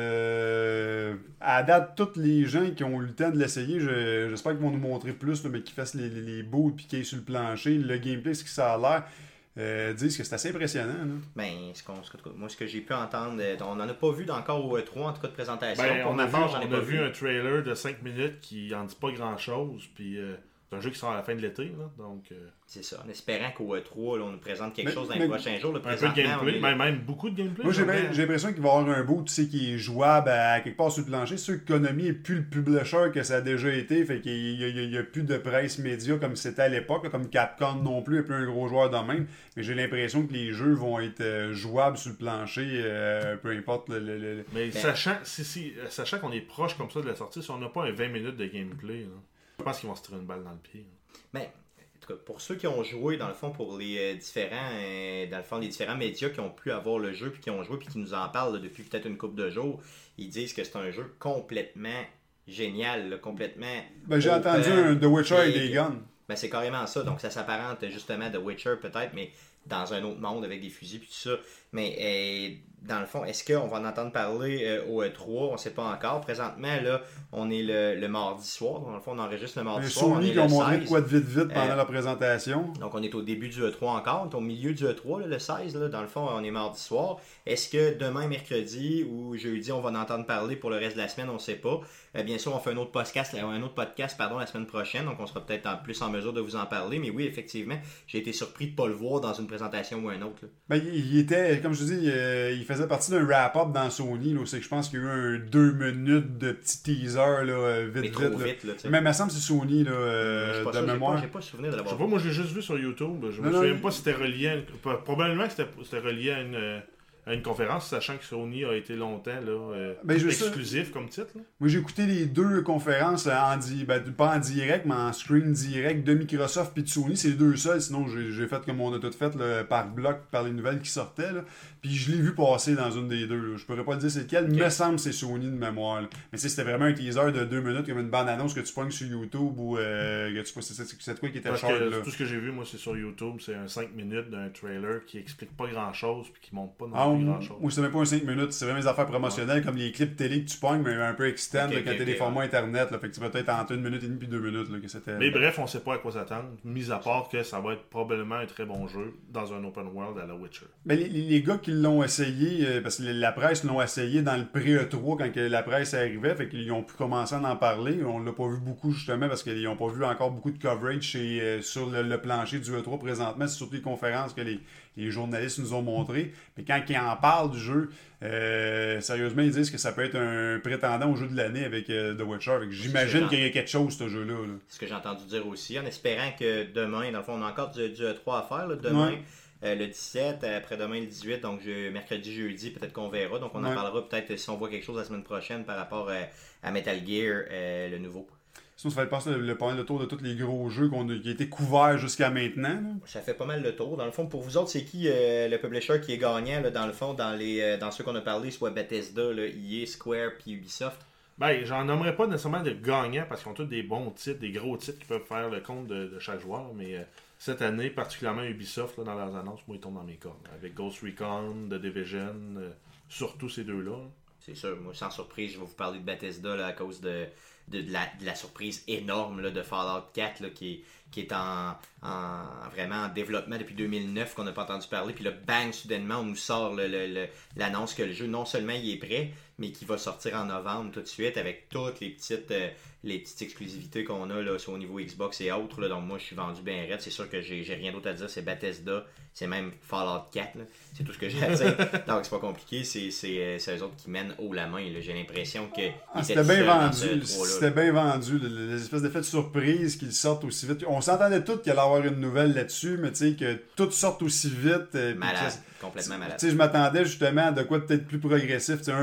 Euh, à date, tous les gens qui ont eu le temps de l'essayer, je- j'espère qu'ils vont nous montrer plus, là, mais qu'ils fassent les, les, les bouts puis qu'ils aient sur le plancher, le gameplay, ce que ça a l'air, euh, disent que c'est assez impressionnant. Là. Ben, ce qu'on, ce que- moi, ce que j'ai pu entendre, euh, on n'en a pas vu encore au E trois, en tout cas de présentation. Ben, pour on ma a, vu, part, j'en ai on pas a vu. vu un trailer de cinq minutes qui en dit pas grand-chose. Puis euh, c'est un jeu qui sort à la fin de l'été. Là, donc, euh, C'est ça, en espérant qu'au E trois, là, on nous présente quelque Mais- chose dans mais- les prochains jours. Là, un peu de présentement, on gameplay, est- même, même beaucoup de gameplay. Moi, j'ai j'aimerais- bien- j'ai l'impression qu'il va y avoir un bout, tu sais, qui est jouable à quelque part sur le plancher. C'est sûr que Konami est plus le publisher que ça a déjà été, fait qu'il n'y a, a plus de presse média comme c'était à l'époque, là, comme Capcom non plus, et plus un gros joueur de même. Mais j'ai l'impression que les jeux vont être euh, jouables sur le plancher, euh, peu importe le... le- le- Mais Ben- sachant, si, si, euh, sachant qu'on est proche comme ça de la sortie, si on n'a pas un vingt minutes de gameplay, là, je pense qu'ils vont se tirer une balle dans le pied. là. Ben, en tout cas, pour ceux qui ont joué, dans le fond, pour les euh, différents euh, dans le fond, les différents médias qui ont pu avoir le jeu, puis qui ont joué, puis qui nous en parlent là, depuis peut-être une couple de jours, ils disent que c'est un jeu complètement génial, là, complètement... Ben, j'ai open, entendu un The Witcher avec et- des guns. Ben, c'est carrément ça. Donc, ça s'apparente justement à The Witcher, peut-être, mais dans un autre monde avec des fusils et tout ça. Mais euh, dans le fond, est-ce qu'on va en entendre parler euh, au E trois? On ne sait pas encore. Présentement, là, on est le, le mardi soir. Dans le fond, on enregistre le mardi Un soir. on Sony est qui ont le montré de seize. quoi de vite vite pendant Euh, la présentation. Donc, on est au début du E trois encore. On est au milieu du E trois, là, le seize. Là. Dans le fond, on est mardi soir. Est-ce que demain, mercredi ou jeudi, on va en entendre parler pour le reste de la semaine? On ne sait pas. Euh, bien sûr, on fait un autre podcast, un autre podcast pardon, la semaine prochaine. Donc, on sera peut-être en plus en mesure de vous en parler. Mais oui, effectivement, j'ai été surpris de ne pas le voir dans une présentation ou un autre. Là. Ben, il il était, comme je dis, euh, il faisait partie d'un wrap-up dans Sony. Là, où c'est que je pense qu'il y a eu un deux minutes de petit teaser là, euh, vite Mais vite. trop là. vite, là, tu sais. Mais il me semble que c'est Sony là, euh, Je suis pas de sûr, j'ai pas- mémoire. J'ai pas le souvenir de Je sais l'avoir pas, vu. moi j'ai juste vu sur YouTube. Je me Non, non, souviens il- pas si c'était relié à une... Probablement que c'était c'était relié à une, euh, à une conférence, sachant que Sony a été longtemps là, euh, Ben, je veux ça- exclusif comme titre. là. Moi, j'ai écouté les deux conférences, euh, en di- ben, pas en direct, mais en screen direct de Microsoft et de Sony. C'est les deux seuls. Sinon, j'ai j'ai fait comme on a tout fait là, par bloc, par les nouvelles qui sortaient. Là. Puis je l'ai vu passer dans une des deux. Là. Je pourrais pas le dire c'est lequel. Il me semble que c'est Sony de mémoire. là. Mais tu sais, c'était vraiment un teaser de deux minutes, comme une bande-annonce que tu pognes sur YouTube ou euh, que tu sais, c'est c'est- c'est quoi qui était Parce short. que Là. tout ce que j'ai vu, moi, c'est sur YouTube. C'est un cinq minutes d'un trailer qui explique pas grand chose puis qui montre pas non Ah, plus moi, grand chose. moi, c'était même pas un cinq minutes, c'est vraiment des affaires promotionnelles comme les clips télé que tu pognes, mais un peu extend Ok, là, ok, quand t'as ok, des ouais. formats internet. Là, fait que tu vas peut-être entre une minute et demie puis deux minutes. Là, que c'était... Mais bref, on sait pas à quoi s'attendre, mis à part que ça va être probablement un très bon jeu dans un open world à la Witcher. Ben, les, les gars qui l'ont essayé, euh, parce que la presse l'ont essayé dans le pré-E trois quand que la presse arrivait, fait qu'ils ont pu commencer à en parler. On l'a pas vu beaucoup justement parce qu'ils n'ont pas vu encore beaucoup de coverage chez, euh, sur le, le plancher du E trois présentement. C'est surtout les conférences que les, les journalistes nous ont montrées. Mais quand ils en parlent du jeu, euh, sérieusement, ils disent que ça peut être un prétendant au jeu de l'année avec euh, The Witcher. Fait que j'imagine genre. qu'il y a quelque chose, ce jeu-là. là. C'est ce que j'ai entendu dire aussi, en espérant que demain, dans le fond, on a encore du, du E trois à faire. Là, demain, Ouais. euh, le dix-sept, après-demain le dix-huit, donc je- mercredi, jeudi, peut-être qu'on verra. Donc on en Ouais. parlera peut-être si on voit quelque chose la semaine prochaine par rapport euh, à Metal Gear, euh, le nouveau. Sinon, ça fait passer le, le, le tour de tous les gros jeux qu'on a, qui ont été couverts jusqu'à maintenant. là. Ça fait pas mal le tour. Dans le fond, pour vous autres, c'est qui euh, le publisher qui est gagnant, là, dans le fond, dans, les, euh, dans ceux qu'on a parlé, soit Bethesda, là, E A, Square, puis Ubisoft? Ben, j'en nommerais pas nécessairement de gagnants parce qu'ils ont tous des bons titres, des gros titres qui peuvent faire le compte de, de chaque joueur, mais euh, cette année, particulièrement Ubisoft, là, dans leurs annonces, moi, ils tombent dans mes cordes. Avec Ghost Recon, The Division, euh, surtout ces deux-là. là. C'est sûr, moi, sans surprise, je vais vous parler de Bethesda là, à cause de, de, de la, de la surprise énorme là, de Fallout quatre là, qui est, qui est en, en- vraiment en développement depuis deux mille neuf, qu'on n'a pas entendu parler. Puis là, bang, soudainement, on nous sort le- le- le- l'annonce que le jeu, non seulement il est prêt, mais qui va sortir en novembre tout de suite avec toutes les petites, euh, les petites exclusivités qu'on a là, soit au niveau Xbox et autres. Là. Donc moi, je suis vendu bien raide. C'est sûr que j'ai j'ai rien d'autre à dire. C'est Bethesda, c'est même Fallout quatre. là. C'est tout ce que j'ai à dire. Donc c'est pas compliqué. C'est c'est, euh, c'est eux autres qui mènent haut la main. là. J'ai l'impression que Ah, ils c'était étaient bien seuls dans ce vendu. trois-là. C'était bien vendu. le- le- Les espèces d'effets de surprise qu'ils sortent aussi vite. On s'entendait tous qu'il allait y avoir une nouvelle là-dessus, mais tu sais, que tout sorte aussi vite. euh, puis Malade. que- Complètement Tu malade. sais, je m'attendais justement à de quoi peut-être plus progressif. Tu sais, un peu au E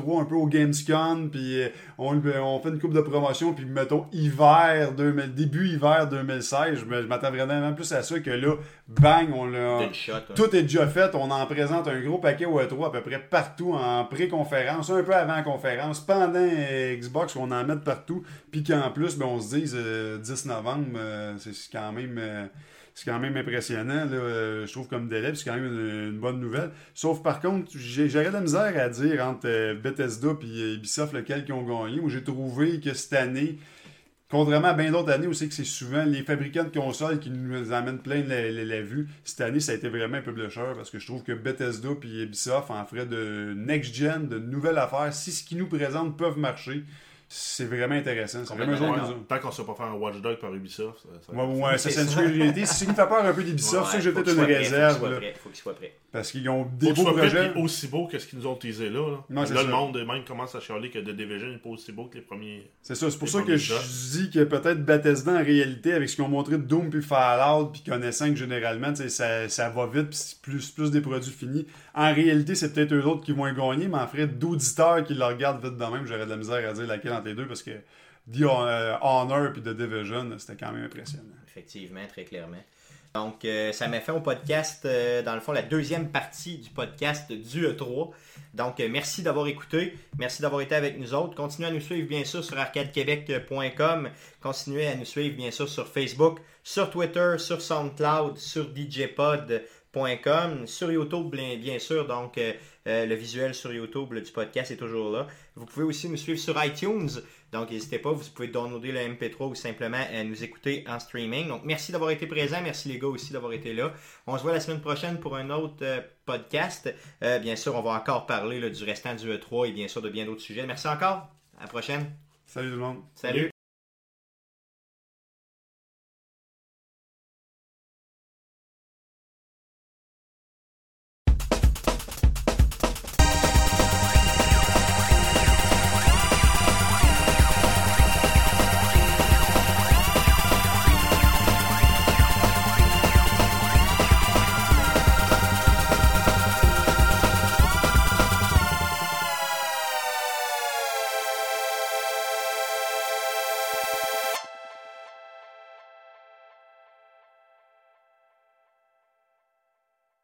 trois un peu au Gamescom, puis euh, on, on fait une coupe de promotion, puis mettons hiver, deux mille, début hiver deux mille seize, je, me, je m'attends vraiment plus à ça que là, bang, on l'a, Shot, hein. tout est déjà fait, on en présente un gros paquet au E trois à peu près partout en pré-conférence, un peu avant la conférence, pendant euh, Xbox, on en met partout, puis qu'en plus, ben, on se dise euh, dix novembre, euh, c'est quand même... Euh, C'est quand même impressionnant, là, euh, je trouve, comme délai, puis c'est quand même une, une bonne nouvelle. Sauf, par contre, j'ai, j'aurais de la misère à dire entre euh, Bethesda et Ubisoft lequel qui ont gagné. Moi, j'ai trouvé que cette année, contrairement à bien d'autres années où c'est que c'est souvent les fabricants de consoles qui nous amènent plein de la, la, la vue, cette année, ça a été vraiment un publisher, parce que je trouve que Bethesda et Ubisoft en feraient de next-gen, de nouvelles affaires. Si ce qu'ils nous présentent peuvent marcher, c'est vraiment intéressant. C'est vraiment Ouais, genre tant qu'on ne sait pas faire un Watch Dogs par Ubisoft. Ça, ça... Ouais, ouais, c'est Assassin's ça. Creed Unity. C'est ce qui me fait peur un peu d'Ubisoft. Ouais, ça, j'ai faut peut-être qu'il une soit prêt, réserve. Faut qu'il soit là. prêt, faut qu'il soit prêt. Parce qu'ils ont des Faut que beaux soit prêt, projets. puis aussi beau que ce qu'ils nous ont teasé là. Là, Ouais, là c'est le ça. monde même commence à chialer que The Division n'est pas aussi beau que les premiers. C'est ça. C'est pour les ça que premiers je jeux. dis que peut-être Bethesda, en réalité, avec ce qu'ils ont montré de Doom puis Fallout, puis connaissant que généralement, tu sais, ça, ça va vite, puis c'est plus, plus des produits finis. En réalité, c'est peut-être eux autres qui vont y gagner, mais en ferait d'auditeurs qui le regardent vite de même, j'aurais de la misère à dire laquelle entre les deux, parce que The euh, Honor puis The Division, c'était quand même impressionnant. Effectivement, très clairement. Donc, euh, ça m'a fait au podcast, euh, dans le fond, la deuxième partie du podcast du E trois. Donc, euh, merci d'avoir écouté. Merci d'avoir été avec nous autres. Continuez à nous suivre, bien sûr, sur arcade québec point com. Continuez à nous suivre, bien sûr, sur Facebook, sur Twitter, sur SoundCloud, sur d j pod point com, sur YouTube, bien, bien sûr. Donc, euh, euh, le visuel sur YouTube là, du podcast est toujours là. Vous pouvez aussi nous suivre sur iTunes. Donc, n'hésitez pas, vous pouvez downloader le M P trois ou simplement euh, nous écouter en streaming. Donc, merci d'avoir été présent. Merci les gars aussi d'avoir été là. On se voit la semaine prochaine pour un autre euh, podcast. Euh, bien sûr, on va encore parler là, du restant du E trois et bien sûr de bien d'autres sujets. Merci encore. À la prochaine. Salut tout le monde. Salut.